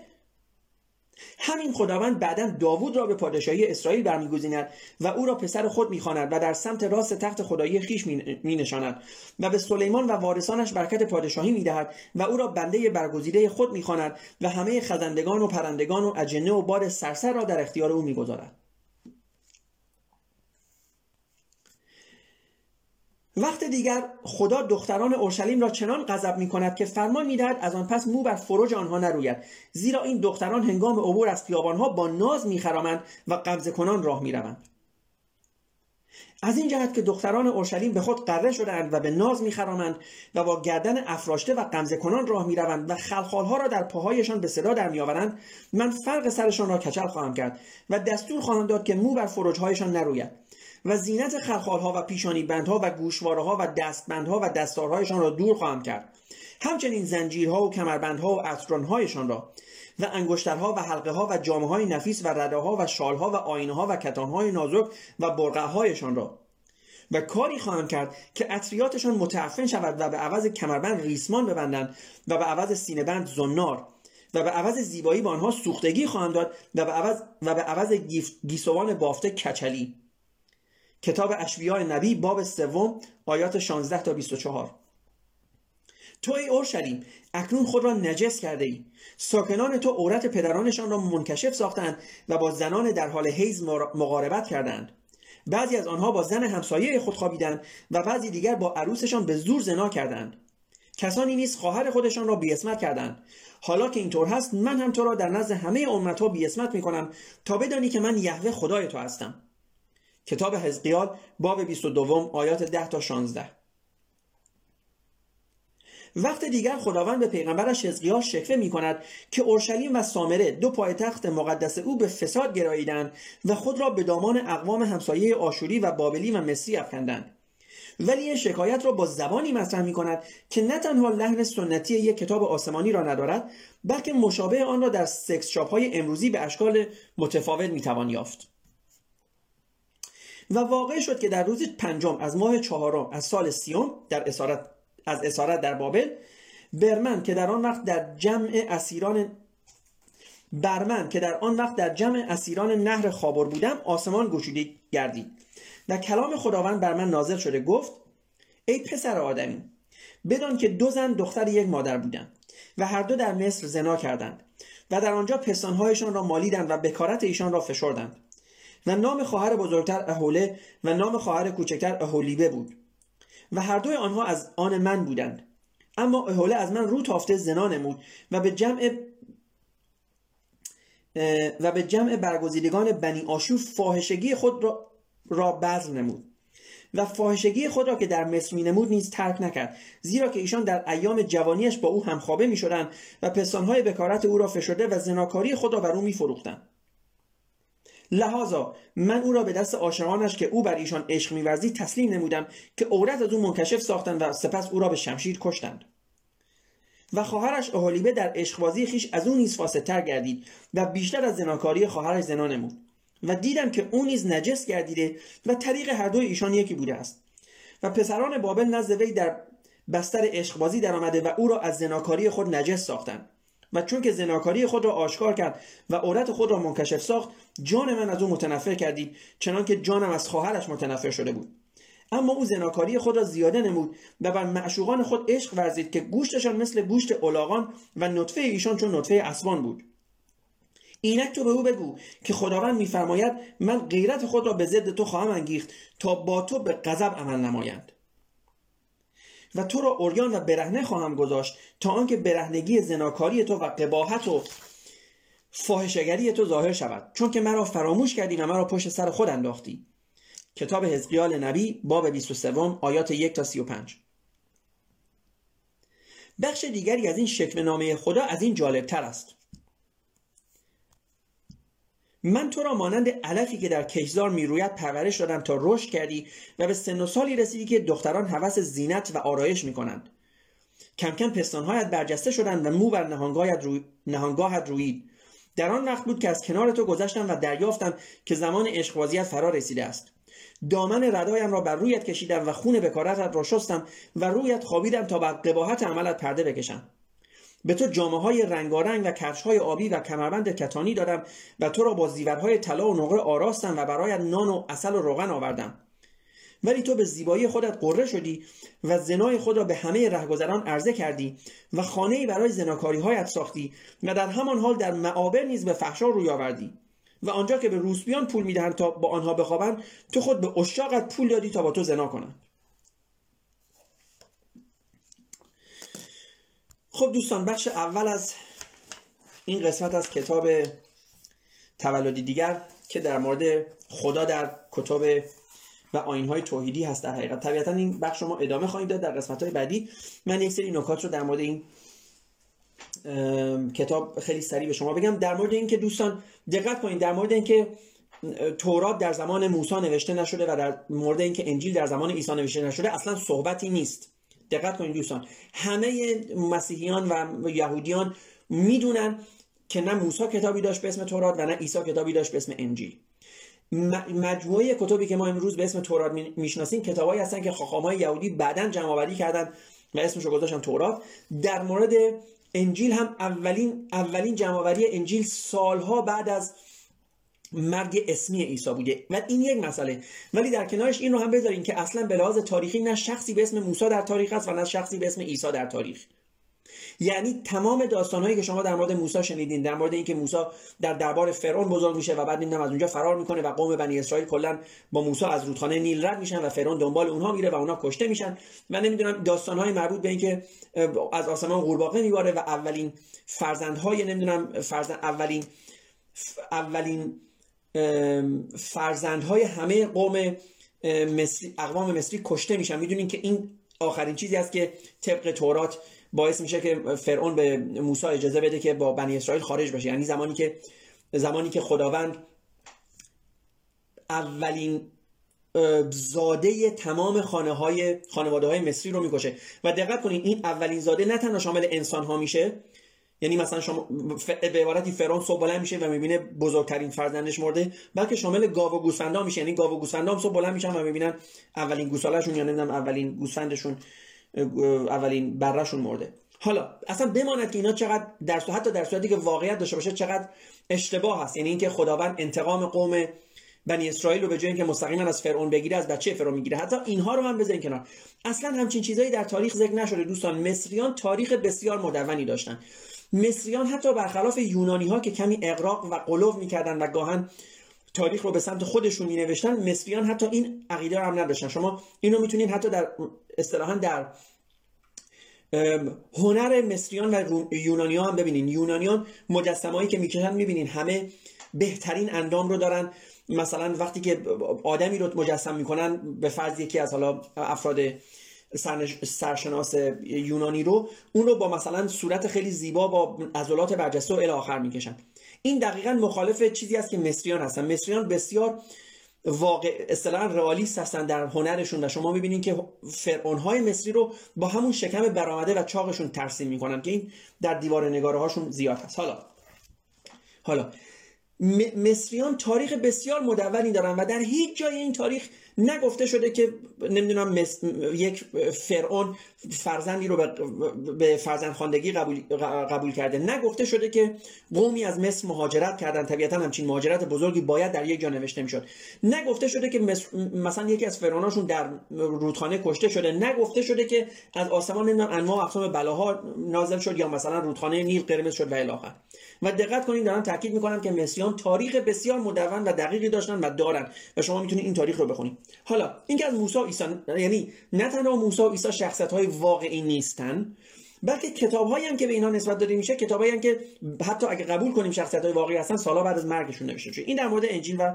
همین خداوند بعداً داوود را به پادشاهی اسرائیل برمیگزیند و او را پسر خود میخواند و در سمت راست تخت خدایی خیش مینشاند و به سلیمان و وارثانش برکت پادشاهی میدهد و او را بنده برگزیده خود میخواند و همه خزندگان و پرندگان و اجنه و باد سرسر را در اختیار او میگذارد. وقت دیگر خدا دختران اورشلیم را چنان غضب می‌کند که فرمان می‌دهد از آن پس مو بر فروج آنها نروید، زیرا این دختران هنگام عبور از خیابان‌ها با ناز می‌خرامند و غمزه کنان راه می‌روند. از این جهت که دختران اورشلیم به خود غره شده‌اند و به ناز می‌خرامند و با گردن افراشته و غمزه کنان راه می‌روند و خلخال‌ها را در پاهایشان به صدا در می‌آورند، من فرق سرشان را کچل خواهم کرد و دستور خواهم داد که مو بر فروج‌هایشان نروید و زینت خلخال‌ها و پیشانی بندها و گوشواره‌ها و دستبندها و دستارهایشان را دور خواهم کرد، همچنین زنجیرها و کمربندها و عطرانهایشان را و انگشترها و حلقه‌ها و جامه‌های نفیس و رداها و شالها و آینه‌ها و کتان‌های نازک و برقع‌هایشان را و کاری خواهم کرد که عطریاتشان متعفن شود و به عوض کمربند ریسمان ببندند و به عوض سینه‌بند زنار و به عوض زیبایی به آنها سوختگی خواهم داد و به عوض گیسوان بافته کچلی. کتاب اشعیا نبی باب 3 آیات 16 تا 24. تو ای اورشلیم اکنون خود را نجس کرده ای. ساکنان تو عورت پدرانشان را منکشف ساختند و با زنان در حال حیض مقاربت کردند. بعضی از آنها با زن همسایه خود خوابیدند و بعضی دیگر با عروسشان به زور زنا کردند. کسانی نیز خواهر خودشان را بی‌عصمت کردند. حالا که اینطور هست من هم تو را در نزد همه امت‌ها بی‌عصمت می‌کنم تا بدانی که من یهوه خدای تو هستم. کتاب حزقیال باب 22 آیات 10 تا 16. وقت دیگر خداوند به پیغمبرش حزقیال شکوه می‌کند که اورشلیم و سامره دو پایتخت مقدس او به فساد گراییدند و خود را به دامان اقوام همسایه آشوری و بابلی و مصری افکندند. ولی این شکایت را با زبانی مطرح می‌کند که نه تنها لحن سنتی یک کتاب آسمانی را ندارد، بلکه مشابه آن را در سکس شاپ‌های امروزی به اشکال متفاوت می‌توان یافت. و واقع شد که در روز 5 از ماه 4 از سال 30 از اسارت در بابل، برمن که در آن وقت در جمع اسیران نهر خابر بودم، آسمان گشوده گردید و کلام خداوند بر من نازل شده. گفت ای پسر آدمی، بدان که 2 زن دختر یک مادر بودند و هر دو در مصر زنا کردند و در آنجا پستانهایشان را مالیدند و بکارت ایشان را فشردند. و نام خواهر بزرگتر اهوله و نام خواهر کوچکتر اهولیبه بود و هر دوی آنها از آن من بودند. اما اهوله از من رو تافته زنا نمود و به جمع برگزیدگان بنی آشور فاحشگی خود را بذل نمود و فاحشگی خود را که در مصر می نمود نیز ترک نکرد، زیرا که ایشان در ایام جوانیش با او همخوابه می شدند و پستانهای بکارت او را فشرده و زناکاری خود را بر او می فروختند. لحاظا من او را به دست عاشقانش که او بر ایشان عشق می‌ورزید تسلیم نمودم که عورت از او منکشف ساختند و سپس او را به شمشیر کشتند. و خواهرش اهولیبه در عشقبازی خیش از او نیز فاسدتر گردید و بیشتر از زناکاری خواهرش زنا نمود و دیدم که او نیز نجس گردیده و طریق هر دوی ایشان یکی بوده است. و پسران بابل نزد وی در بستر عشقبازی در آمده و او را از زناکاری خود نجس ساختند و چون که زناکاری خود را آشکار کرد و عورت خود را منکشف ساخت، جان من از او متنفر کردید، چنان که جانم از خواهرش متنفر شده بود. اما او زناکاری خود را زیاده نمود و بر معشوقان خود عشق ورزید که گوشتشان مثل گوشت الاغان و نطفه ایشان چون نطفه اسبان بود. اینک تو به او بگو که خداوند می‌فرماید من غیرت خود را به ضد تو خواهم انگیخت تا با تو به غضب عمل نمایند و تو را عریان و برهنه خواهم گذاشت تا آنکه برهنگی زناکاری تو و قباحت و فاحشه‌گری تو ظاهر شود، چون که مرا فراموش کردی و مرا پشت سر خود انداختی. کتاب حزقیال نبی باب 23 آیات 1 تا 35. بخش دیگری از این شکوه‌نامه خدا از این جالب‌تر است. من تو را مانند علفی که در کشتزار میروید پرورش دادم تا رشد کردی و به سن و سالی رسیدی که دختران هوس زینت و آرایش میکنند. کم کم پستانهایت برجسته شدند و مو بر نهانگاهت رویید. در آن وقت بود که از کنار تو گذشتم و دریافتم که زمان عشقبازیت فرا رسیده است. دامن ردایم را بر رویت کشیدم و خون بکارتت را شستم و رویت خوابیدم تا بر قباحت عملت پرده بکشم. به تو جامه‌های رنگارنگ و کفش‌های آبی و کمربند کتانی دادم و تو را با زیورهای طلا و نقره آراستم و برایت نان و عسل و روغن آوردم. ولی تو به زیبایی خودت غره شدی و زنای خود را به همه رهگذران عرضه کردی و خانه‌ای برای زناکاری‌هایت ساختی و در همان حال در معابر نیز به فحشا روی آوردی و آنجا که به روسپیان پول می‌دهند تا با آنها بخوابند، تو خود به عشاقت پول دادی تا با تو زنا کنند. خب دوستان، بخش اول از این قسمت از کتاب تولدی دیگر که در مورد خدا در کتب و آیین‌های توحیدی هست در حقیقت. طبیعتا این بخش ما ادامه خواهیم داد در قسمت‌های بعدی. من یک سری نکات رو در مورد این کتاب خیلی سریع به شما بگم. در مورد این که دوستان دقت کنید، در مورد این که تورات در زمان موسی نوشته نشده و در مورد این که انجیل در زمان عیسی نوشته نشده اصلا صحبتی نیست. دقت کنید دوستان، همه مسیحیان و یهودیان میدونن که نه موسی کتابی داشت به اسم تورات و نه عیسی کتابی داشت به اسم انجیل. مجموعه کتابی که ما امروز به اسم تورات میشناسیم کتابایی هستن که خاخامای یهودی بعداً جمع آوری کردن و اسمشو گذاشتن تورات. در مورد انجیل هم اولین جمع آوری انجیل سالها بعد از مرگ اسمی عیسی بوده و این یک مسئله. ولی در کنارش این رو هم بذارین که اصلا به لحاظ تاریخی نه شخصی به اسم موسی در تاریخ است و نه شخصی به اسم عیسی در تاریخ. یعنی تمام داستانهایی که شما در مورد موسی شنیدین، در مورد اینکه موسی در دربار فرعون بزرگ میشه و بعد نمیدونم از اونجا فرار میکنه و قوم بنی اسرائیل کلا با موسی از رودخانه نیل رد میشن و فرعون دنبال اونها میره و اونها کشته میشن و نمیدونم داستانهای مربوط به اینکه از آسمان قورباغه میباره و اولین فرزندهای اولین فرزندهای همه اقوام مصری کشته میشن. میدونین که این آخرین چیزی است که طبق تورات باعث میشه که فرعون به موسی اجازه بده که با بنی اسرائیل خارج بشه. یعنی زمانی که خداوند اولین زاده تمام خانواده‌های مصری رو میکشه. و دقت کنین این اولین زاده نه تنها شامل انسان ها میشه، یعنی مثلا شما به عبارتی فرعون صبح بلند میشه و میبینه بزرگترین فرزندش مرده، بلکه شامل گاو و گوسفندا میشه. یعنی گاو و گوسفندا هم صبح بلند میشن و میبینن اولین گوساله‌شون یا نمیدونم اولین گوسفندشون، اولین برهشون مرده. حالا اصلا بماند که اینا چقدر حتی در صورتی که واقعیت داشته باشه چقدر اشتباه هست. یعنی اینکه خداوند انتقام قوم بنی اسرائیل رو به جای اینکه مستقیما از فرعون بگیره از بچه فرعون میگیره. حتی اینها رو هم بذارین کنار. اصلا همچین چیزایی در تاریخ ذکر نشده دوستان. مصریان تاریخ بسیار مدونی داشتن. مصریان حتی برخلاف یونانی ها که کمی اغراق و قلوف میکردن و گاهن تاریخ رو به سمت خودشون مینوشتن، مصریان حتی این عقیده رو هم نداشتن. شما اینو میتونین حتی در اصطلاحاً در هنر مصریان و یونانیان هم ببینین. یونانیان مجسمه‌ای که میکشن میبینین همه بهترین اندام رو دارن. مثلا وقتی که آدمی رو مجسم میکنن، به فرض یکی از حالا افراد سرشناس یونانی رو، اون رو با مثلا صورت خیلی زیبا با عضلات برجسته و الی آخر میکشن. این دقیقاً مخالف چیزی است که مصریان هستن. مصریان بسیار واقع اصطلاحاً رئالیست هستن در هنرشون و شما میبینین که فرعون‌های مصری رو با همون شکم برآمده و چاقشون ترسیم میکنن که این در دیوار نگاره هاشون زیاد هست. حالا مصریان تاریخ بسیار مدونی دارن و در هیچ جای این تاریخ نگفته شده که نمیدونم یک فرعون فرزندی رو به فرزندخواندگی قبول کرده، نگفته شده که قومی از مصر مهاجرت کردن، طبیعتا همچین مهاجرت بزرگی باید در یک جا نوشته میشد، نگفته شده که مثلا یکی از فرعوناشون در رودخانه کشته شده، نگفته شده که از آسمان نمیدونم انواع و اقسام بلاها نازل شد یا مثلا رودخانه نیل قرمز شد و الی آخر. و دقت کنید دارم تاکید میکنم که مصریان تاریخ بسیار مدون و دقیقی داشتن و دارن و شما میتونید این تاریخ رو بخونید. حالا اینکه از موسی و عیسی، یعنی نه تنها موسی و عیسی شخصیت‌های واقعی نیستن، بلکه کتاب‌هایی هم که به اینا نسبت داده میشه کتابایی هم که حتی اگه قبول کنیم شخصیت‌های واقعی هستن سالا بعد از مرگشون نوشته شده. این در مورد انجیل و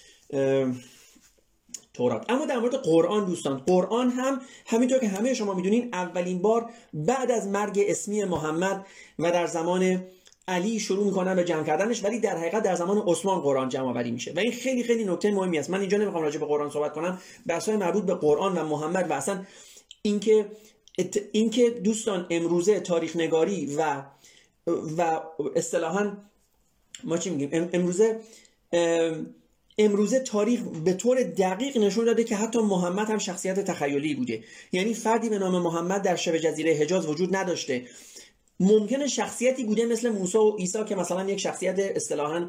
تورات. اما در مورد قرآن دوستان، قرآن هم همینطور که همه شما میدونین اولین بار بعد از مرگ اسمی محمد و در زمان علی شروع میکنن به جمع کردنش، ولی در حقیقت در زمان عثمان قرآن جمع آوری میشه و این خیلی خیلی نکته مهمی است. من اینجا نمیخوام راجع به قرآن صحبت کنم، بحث‌های مربوط به قرآن و محمد و اصلا اینکه دوستان امروزه تاریخ نگاری و اصطلاحاً ما چی میگیم، امروزه تاریخ به طور دقیق نشون داده که حتی محمد هم شخصیت تخیلی بوده، یعنی فردی به نام محمد در شبه جزیره حجاز وجود نداشته. ممکنه شخصیتی بوده مثل موسی و عیسی که مثلا یک شخصیت اصطلاحاً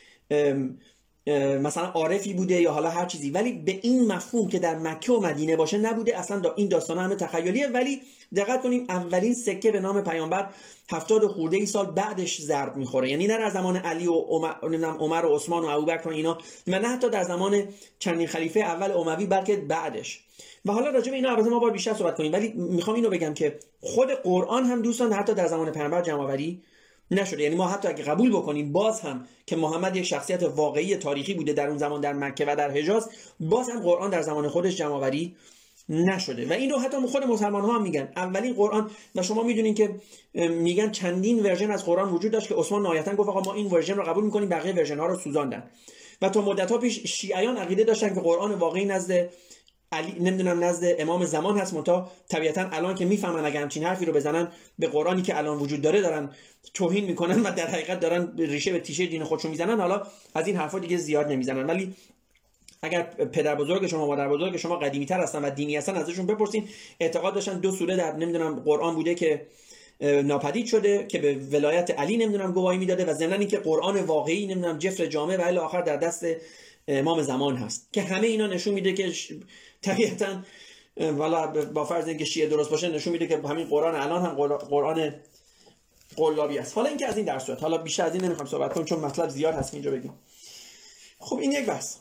مثلا عارفی بوده یا حالا هر چیزی، ولی به این مفهوم که در مکه و مدینه باشه نبوده. اصلا این داستان همه تخیلیه. ولی دقت کنیم اولین سکه به نام پیامبر 70 خورده ای سال بعدش ضرب میخوره، یعنی نه در زمان علی و عمر و عثمان و ابوبکر و اینا و نه حتی در زمان چندین خلیفه اول اموی، بلکه بعدش. و حالا راجع به اینا البته ما باید بیشتر صحبت کنیم، ولی میخوام اینو بگم که خود قرآن هم دوستان حتی در زمان پیامبر جمع آوری نشده. یعنی ما حتی اگه قبول بکنیم باز هم که محمد یک شخصیت واقعی تاریخی بوده در اون زمان در مکه و در حجاز، باز هم قرآن در زمان خودش جمع آوری نشده. و این رو حتی خود مسلمان ها هم میگن اولین قرآن، و شما میدونین که میگن چندین ورژن از قرآن وجود داشت که عثمان نهایتا گفت آقا ما این ورژن رو قبول میکنیم، بقیه ورژن ها رو سوزاندن. و تا مدت ها پیش شیعیان عقیده داشتن که قرآن واقعی نزد علی نمیدونم نزد امام زمان هست، منتها طبیعتا الان که میفهمن اگه همچین حرفی رو بزنن به قرآنی که الان وجود داره دارن توهین میکنن و در حقیقت دارن ریشه به تیشه دین خودشون میزنن. حالا از این حرفا دیگه زیاد نمیزنن، ولی اگر پدر بزرگ شما مادر بزرگ شما قدیمی تر هستن و دینی هستن ازشون بپرسین، اعتقاد داشتن 2 سوره در نمیدونم قرآن بوده که ناپدید شده که به ولایت علی نمیدونم گواهی میداده و ضمن اینکه قرآن واقعی نمیدونم جفر جامع و الی آخر در دست امام زمان هست، که همه اینا نشون میده که طبیعتا والا با فرض اینکه شیعه درست باشه نشون میده که همین قرآن الان هم قرآن قلابی است. حالا اینکه از این در صورت، حالا بیشتر از این نمیخوام صحبت کنم چون مطلب زیاد هست اینجا بگیم. خب این یک بحث.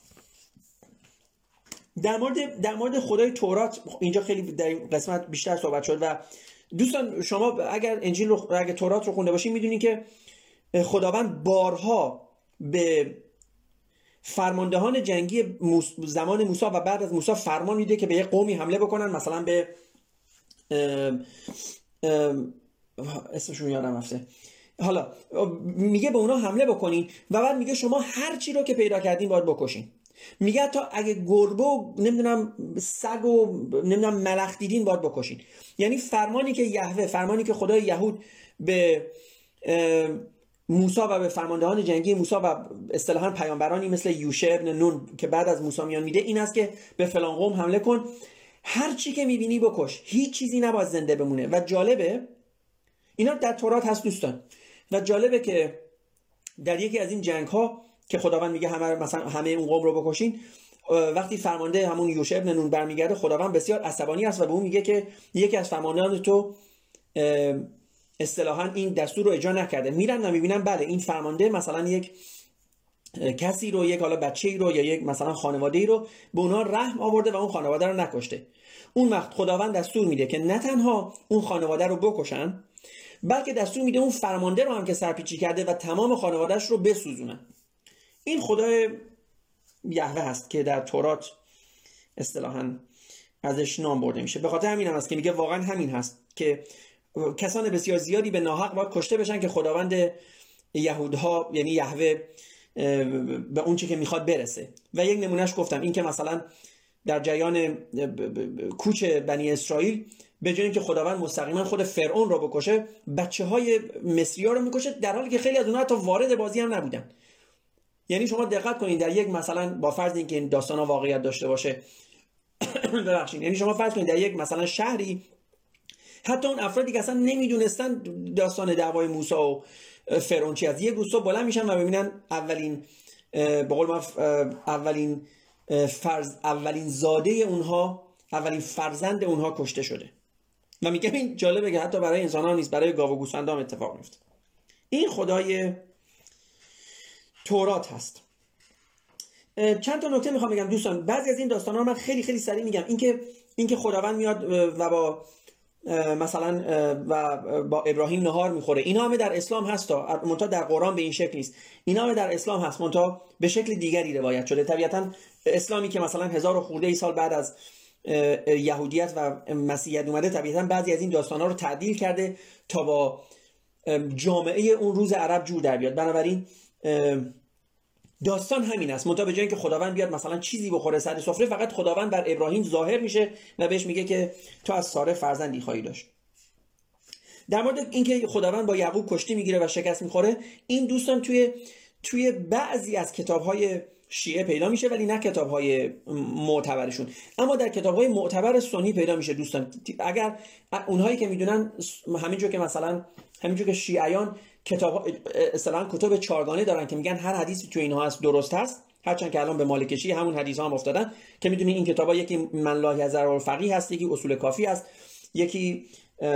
در مورد خدای تورات اینجا خیلی در این قسمت بیشتر صحبت شد و دوستان شما اگر انجیل رو اگر تورات رو خونده باشین میدونین که خداوند بارها به فرماندهان جنگی زمان موسی و بعد از موسی فرمان میده که به یک قومی حمله بکنن، مثلا به اسمشون یادم رفته، حالا میگه به اونا حمله بکنین و بعد میگه شما هر چی رو که پیدا کردین باید بکشین. میگه تا اگه گربه و نمیدونم سگ و نمیدونم ملخ دیدین باید بکشین. یعنی فرمانی که یهوه، فرمانی که خدای یهود به موسی و به فرماندهان جنگی موسی و اصطلاحاً پیامبرانی مثل یوشع ابن نون که بعد از موسی میان میده این است که به فلان قوم حمله کن، هر چی که میبینی بکش، هیچ چیزی نباید زنده بمونه. و جالبه اینا در تورات هست دوستان، و جالبه که در یکی از این جنگ ها که خداوند میگه همه اون قوم رو بکشین، وقتی فرمانده همون یوشع ابن نون برمیگرده خداوند بسیار عصبانی است و به اون میگه که یکی از فرماندهان تو اصطلاحاً این دستور رو اجرا نکرده. میرن و میبینن بله این فرمانده مثلا یک کسی رو، یک حالا بچه‌ای رو یا یک مثلا خانواده‌ای رو به اونها رحم آورده و اون خانواده رو نکشته. اون وقت خداوند دستور میده که نه تنها اون خانواده رو بکشن، بلکه دستور میده اون فرمانده رو هم که سرپیچی کرده و تمام خانواده‌اش رو بسوزونن. این خدای یهوه هست که در تورات اصطلاحاً ازش نام برده میشه. به خاطر همین هم هست که میگه واقعا همین هست که کسان بسیار زیادی به ناحق باید کشته بشن که خداوند یهودها یعنی یهوه به اون چی که میخواد برسه. و یک نمونهش گفتم این که مثلا در جریان کوچ بنی اسرائیل به جای اینکه خداوند مستقیما خود فرعون رو بکشه، بچه‌های مصری‌ها رو میکشه، در حالی که خیلی از اونها حتی وارد بازی هم نبودن. یعنی شما دقت کنید در یک مثلا با فرض اینکه این داستانا واقعیت داشته باشه ببخشید، یعنی شما فرض کنید در یک مثلا شهری حتی اون افرادی که اصلا نمیدونستن داستان دعوای موسی و فرعون چی از یک روز صبح بلند میشن و ببینن اولین به قول ما اولین زاده اونها، اولین فرزند اونها کشته شده. و میگم این جالبه که حتی برای انسان ها نیست، برای گاو و گوسفند هم اتفاق میفته. این خدای تورات هست. چند تا نکته میخوام بگم دوستان. بعضی از این داستانا رو من خیلی خیلی سریع میگم. اینکه خداوند میاد و با مثلا و با ابراهیم نهار میخوره، اینا همه در اسلام هست، منتها در قرآن به این شکل نیست. اینا همه در اسلام هست، منتها به شکل دیگری روایت شده. طبیعتا اسلامی که مثلا 1000 خورده سال بعد از یهودیت و مسیحیت اومده، طبیعتا بعضی از این داستانا رو تعدیل کرده تا با جامعه اون روز عرب جور در بیاد. بنابراین داستان همین است، منتها به جای اینکه خداوند بیاد مثلا چیزی بخوره سر سفره، فقط خداوند بر ابراهیم ظاهر میشه و بهش میگه که تو از ساره فرزندی خواهی داشت. در مورد اینکه خداوند با یعقوب کشتی میگیره و شکست میخوره، این دوستان توی بعضی از کتاب‌های شیعه پیدا میشه، ولی نه کتاب‌های معتبرشون. اما در کتاب‌های معتبر سنی پیدا میشه دوستان. اگر اونهایی که میدونن، همینجور که شیعیان کتاب اصطلاحاً کتب چارگانه دارن که میگن هر حدیثی تو اینها هست درست هست، هرچند که الان به مالکشی همون حدیث ها هم افتادن، که میدونی این کتابا یکی من لا یذر الفقیه هست، یکی اصول کافی هست، یکی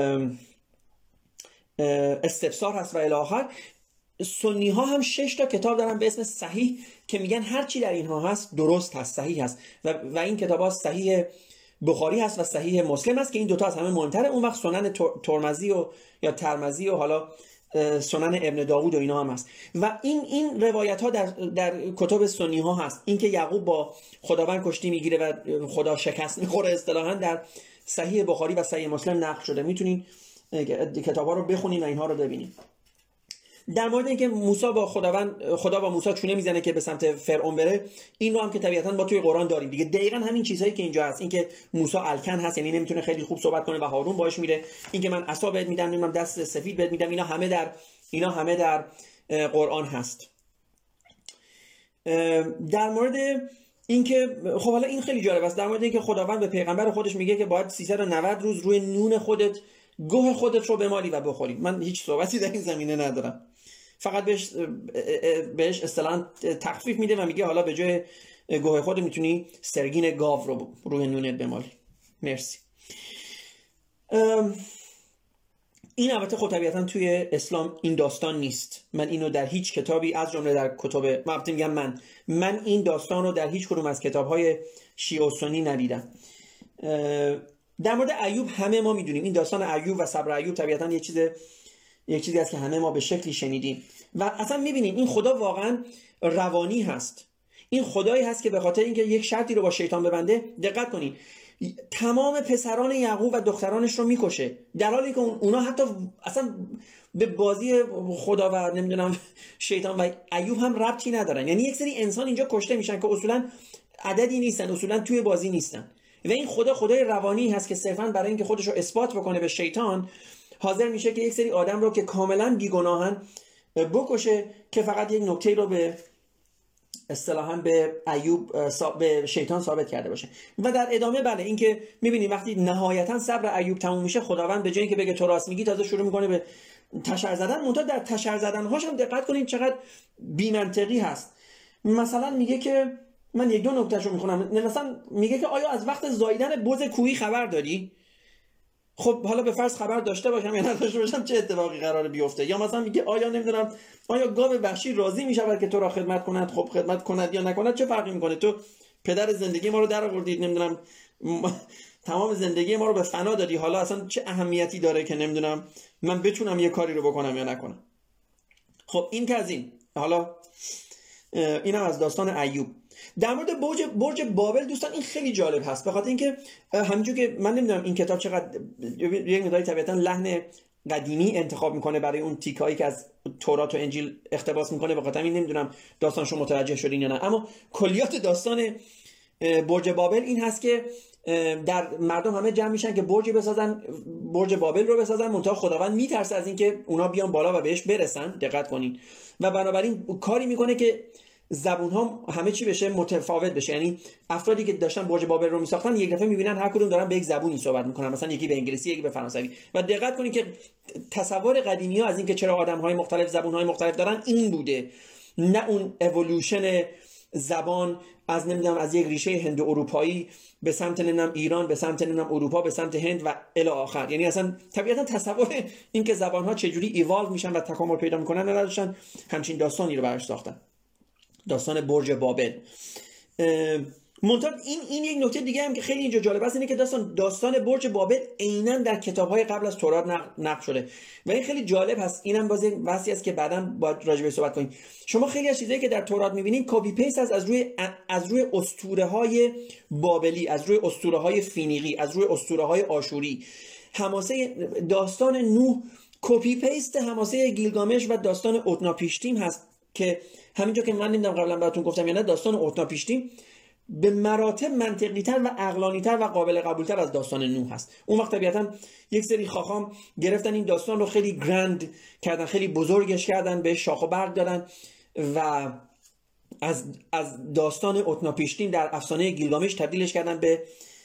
استبصار هست و الی آخر. سنی ها هم 6 تا کتاب دارن به اسم صحیح که میگن هر چی در اینها هست درست هست، صحیح هست و این کتابا صحیح بخاری هست و صحیح مسلم هست که این دوتا از همه مهمتره. اون وقت سنن ترمذی و یا ترمذی و حالا سنن ابن داوود و اینا هم هست. و این روایت ها در کتب سنی ها هست. اینکه یعقوب با خداوند کشتی میگیره و خدا شکست میخوره اصطلاحاً در صحیح بخاری و صحیح مسلم نقل شده. میتونین کتابا رو بخونین و اینها رو ببینین. در مورد اینکه خدا با موسی چونه میزنه که به سمت فرعون بره، این رو هم که طبیعتاً با توی قرآن داریم دیگه. دقیقاً همین چیزایی که اینجا هست، اینکه موسی الکن هست، یعنی نمیتونه خیلی خوب صحبت کنه و هارون باش میره، اینکه من عصا بهت میدم، نمیدونم دست سفید بهت میدم، اینا همه در قرآن هست. در مورد اینکه خب حالا این خیلی جالب است، در مورد اینکه خداوند به پیغمبر خودش میگه که باید 390 روز روی نون خودت گوه خودت رو بمالی و بخوری. من هیچ صحبتی در این زمینه ندارم، فقط بهش اصطلاحاً تخفیف میده و میگه حالا به جای گوه خودت میتونی سرگین گاو رو روی نونت بمالی. مرسی. این البته خب طبیعتاً توی اسلام این داستان نیست. من اینو در هیچ کتابی از جمله در کتب من این داستان رو در هیچ کدوم از کتاب‌های شیعه و سنی ندیدم. در مورد ایوب همه ما میدونیم، این داستان ایوب و صبر ایوب طبیعتاً یک چیزی است که همه ما به شکلی شنیدیم و اصلا میبینیم این خدا واقعاً روانی هست. این خدایی هست که به خاطر اینکه یک شرطی رو با شیطان ببنده، دقت کنید، تمام پسران یعقوب و دخترانش رو میکشه، در حالی که اونا حتی اصلا به بازی خدا و نمیدونم شیطان و ایوب هم ربطی ندارن. یعنی یک سری انسان اینجا کشته میشن که اصولا عددی نیستن، اصولا توی بازی نیستن و این خدای روانی هست که صرفا برای اینکه خودش رو اثبات بکنه به شیطان حاضر میشه که یک سری آدم رو که کاملا بیگناهن بکشه که فقط یک نکته رو به اصطلاحاً به به شیطان ثابت کرده باشه. و در ادامه بله اینکه میبینیم وقتی نهایتا صبر ایوب تموم میشه، خداوند به جای اینکه بگه تو راست میگی تازه شروع میکنه به تشر زدن. منتها در تشر زدن‌هاش هم دقت کنید چقدر بی‌منطقی هست. مثلا میگه که من یک دو نکتهشو میخونم. مثلا میگه که آیا از وقت زاییدن بز کوهی خبر داری؟ خب حالا به فرض خبر داشته باشم یا نداشته باشم چه اتفاقی قراره بیفته؟ یا مثلا میگه آیا نمیدونم آیا گاو وحشی راضی میشه که تو را خدمت کند؟ خب خدمت کند یا نکند چه فرقی میکنه؟ تو پدر زندگی ما رو در آوردید، نمیدونم تمام زندگی ما رو به فنا دادی، حالا اصلا چه اهمیتی داره که نمیدونم من بتونم یه کاری رو بکنم یا نکنم؟ خب این که از این. حالا اینم از داستان ایوب. در مورد برج بابل دوستان این خیلی جالب هست، به خاطر اینکه همونجور که من نمیدونم این کتاب چقدر یک مقداری طبیعتا لحن قدیمی انتخاب میکنه برای اون تیکایی که از تورات و انجیل اقتباس میکنه، به خاطر این نمیدونم داستانشو متوجه شدین یا نه، اما کلیات داستان برج بابل این هست که در مردم همه جمع میشن که برج بابل رو بسازن، منتها خداوند میترسه از اینکه اونا بیان بالا و بهش برسن. دقت کنین. و بنابراین کاری میکنه که زبون ها همه چی بشه متفاوت بشه. یعنی افرادی که داشتن برج بابل رو میساختن یک دفعه میبینن هر کدوم دارن به یک زبونی صحبت میکنن، مثلا یکی به انگلیسی یکی به فرانسوی. و دقت کنید که تصور قدیمی ها از اینکه چرا آدم های مختلف زبون های مختلف دارن این بوده، نه اون اِوولوشن زبان از نمیدونم از یک ریشه هند اروپایی به سمت نمیدونم ایران، به سمت نمیدونم اروپا، به سمت هند و الی آخر. یعنی اصلا طبیعتا تصور این که زبان ها چجوری ایوالو میشن و تکامل پیدا میکنن نداشتن، همچین داستانی رو براش ساختن، داستان برج بابل. منتها این یک نکته دیگه هم که خیلی اینجا جالب است اینه که داستان برج بابل عیناً در کتاب‌های قبل از تورات نقل شده و این خیلی جالب هست. اینم باز یک بحثی است که بعداً باید راجع بهش صحبت کنیم. شما خیلی از چیزایی که در تورات می‌بینید کپی پیست از روی اسطوره‌های بابلی، از روی اسطوره‌های فینیقی، از روی اسطوره‌های آشوری. حماسه داستان نوح کپی پیست حماسه گیلگامش و داستان اوتناپیشتیم هست که همینجا که من نمیدونم قبلا براتون گفتم یا نه، داستان اوتناپیشتیم به مراتب منطقی تر و عقلانی تر و قابل قبول تر از داستان نوح هست. اون وقت طبیعتا یک سری خاخام گرفتن این داستان رو خیلی گرند کردن، خیلی بزرگش کردن، به شاخ و برگ دادن و از داستان اوتناپیشتیم در افسانه گیلگامش تبدیلش کردن به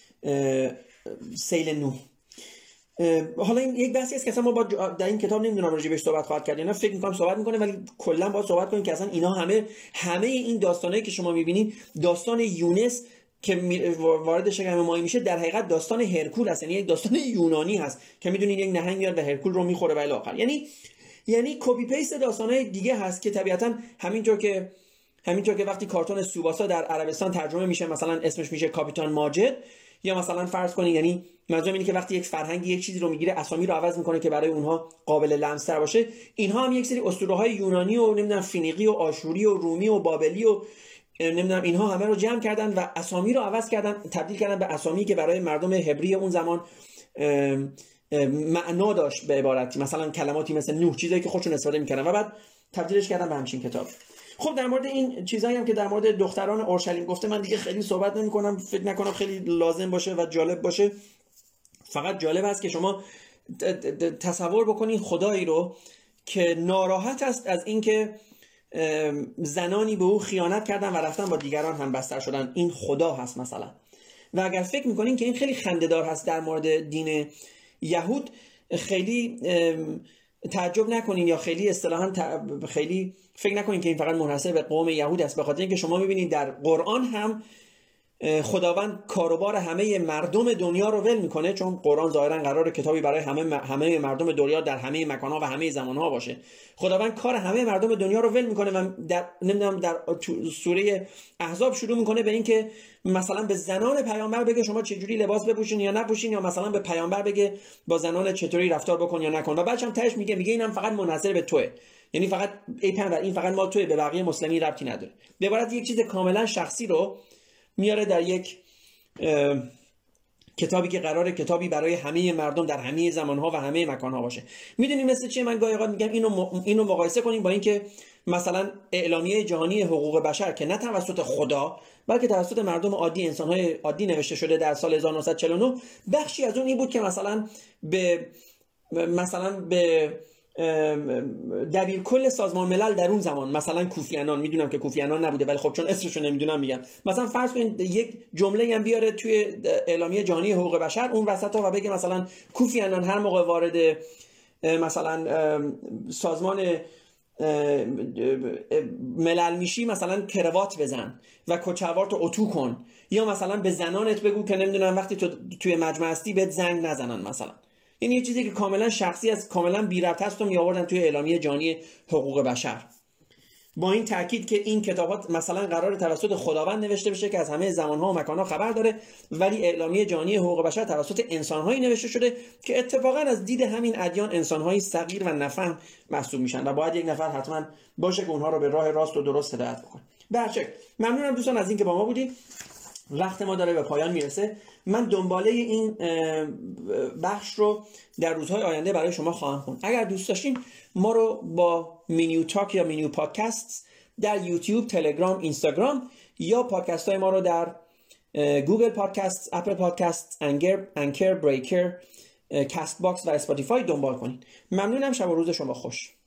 سیل نوح. حالا این یک بحثی است که اصلا ما با در این کتاب نمیدونم راجع بهش صحبت خواهد کرد یا نه، فکر می‌کنم صحبت می‌کنه، ولی کلا باید صحبت کنیم که اصلا اینا همه این داستانایی که شما می‌بینید، داستان یونس که وارد شکم ماهی میشه در حقیقت داستان هرکول است، یعنی یک داستان یونانی هست که می‌دونید یک نهنگ میاد و هرکول رو می‌خوره و الی آخر. یعنی کپی پیست داستانای دیگه هست که طبیعتا همینطور که وقتی کارتون سوباسا در عربستان ترجمه میشه مثلا اسمش میشه کاپیتان ماجد، یا مثلا فرض کنید، یعنی منظورم اینه که وقتی یک فرهنگی یک چیزی رو میگیره اسامی رو عوض میکنه که برای اونها قابل لمس‌تر باشه. اینها هم یک سری اسطوره‌های یونانی و نمیدونم فینیقی و آشوری و رومی و بابلی و نمیدونم اینها همه رو جمع کردن و اسامی رو عوض کردن، تبدیل کردن به اسامی که برای مردم هبری اون زمان معنا داشت، به عبارتی مثلا کلماتی مثل نوح، چیزایی که خودشون استفاده میکردن و بعد تبدیلش کردن به همچین کتاب. خب در مورد این چیزایی هم که در مورد دختران اورشلیم گفته من دیگه خیلی صحبت نمی‌کنم، فکر نکنم خیلی لازم باشه و جالب باشه. فقط جالب است که شما تصور بکنید خدایی رو که ناراحت است از اینکه زنانی به او خیانت کردن و رفتن با دیگران هم بستر شدن. این خدا هست مثلا. و اگر فکر می‌کنین که این خیلی خنده‌دار هست در مورد دین یهود، خیلی تعجب نکنین یا خیلی اصطلاحاً خیلی فکر نکنین که این فقط منحصر به قوم یهود است، به خاطر اینکه شما می‌بینید در قرآن هم خداوند کاروبار همه مردم دنیا رو ول میکنه، چون قرآن ظاهرا قراره کتابی برای همه مردم دنیا در همه مکان‌ها و همه زمان‌ها باشه. خداوند کار همه مردم دنیا رو ول میکنه و در سوره احزاب شروع میکنه به این که مثلا به زنان پیامبر بگه شما چجوری لباس بپوشین یا نپوشین، یا مثلا به پیامبر بگه با زنان چطوری رفتار بکن یا نکن، و بعدش هم تهش میگه اینم فقط منحصر به توئه، یعنی فقط ای پیامبر این فقط مال توئه، به بقیه مسلمین ربطی نداره. به عبارت یک چیز کاملا شخصی رو میاره در یک کتابی که قراره کتابی برای همه مردم در همه زمانها و همه مکانها باشه. میدونید مثل چیه؟ من گاهی اوقات میگم اینو مقایسه کنیم با اینکه مثلا اعلامیه جهانی حقوق بشر که نه توسط خدا بلکه توسط مردم عادی، انسان‌های عادی نوشته شده در سال 1949، بخشی از اون این بود که مثلا به دبیر کل سازمان ملل در اون زمان، مثلا کوفی عنان، میدونم که کوفی عنان نبوده ولی خب چون اسمشو نمیدونم میگم، مثلا فرض کنید یک جمله هم بیاره توی اعلامیه جهانی حقوق بشر اون وسطا و بگه مثلا کوفی عنان هر موقع وارد مثلا سازمان ملل میشی مثلا کروات بزن و کچوارتو اتو کن، یا مثلا به زنانت بگو که نمیدونم وقتی تو توی مجمع هستی بهت زنگ نزنن مثلا. این یه چیزی که کاملا شخصی است، کاملا بی ربط است و میآوردن توی اعلامیه جهانی حقوق بشر، با این تاکید که این کتابات مثلا قرار توسط خداوند نوشته بشه که از همه زمانها و مکانها خبر داره، ولی اعلامیه جهانی حقوق بشر توسط انسان‌هایی نوشته شده که اتفاقا از دید همین ادیان انسان‌های صغیر و نفهم محسوب میشن و باید یک نفر حتما باشه که اونها رو به راه راست و درست هدایت بکنه. به هر شکل ممنونم دوستان از اینکه با ما بودید. وقت ما داره به پایان میرسه. من دنباله این بخش رو در روزهای آینده برای شما خواهم خوند. اگر دوست داشتین ما رو با مینیو تاک یا مینیو پادکست در یوتیوب، تلگرام، اینستاگرام یا پادکست های ما رو در گوگل پادکست، اپل پادکست، انکر، بریکر، کاست باکس و اسپاتیفای دنبال کنید. ممنونم. شب و روز شما خوش.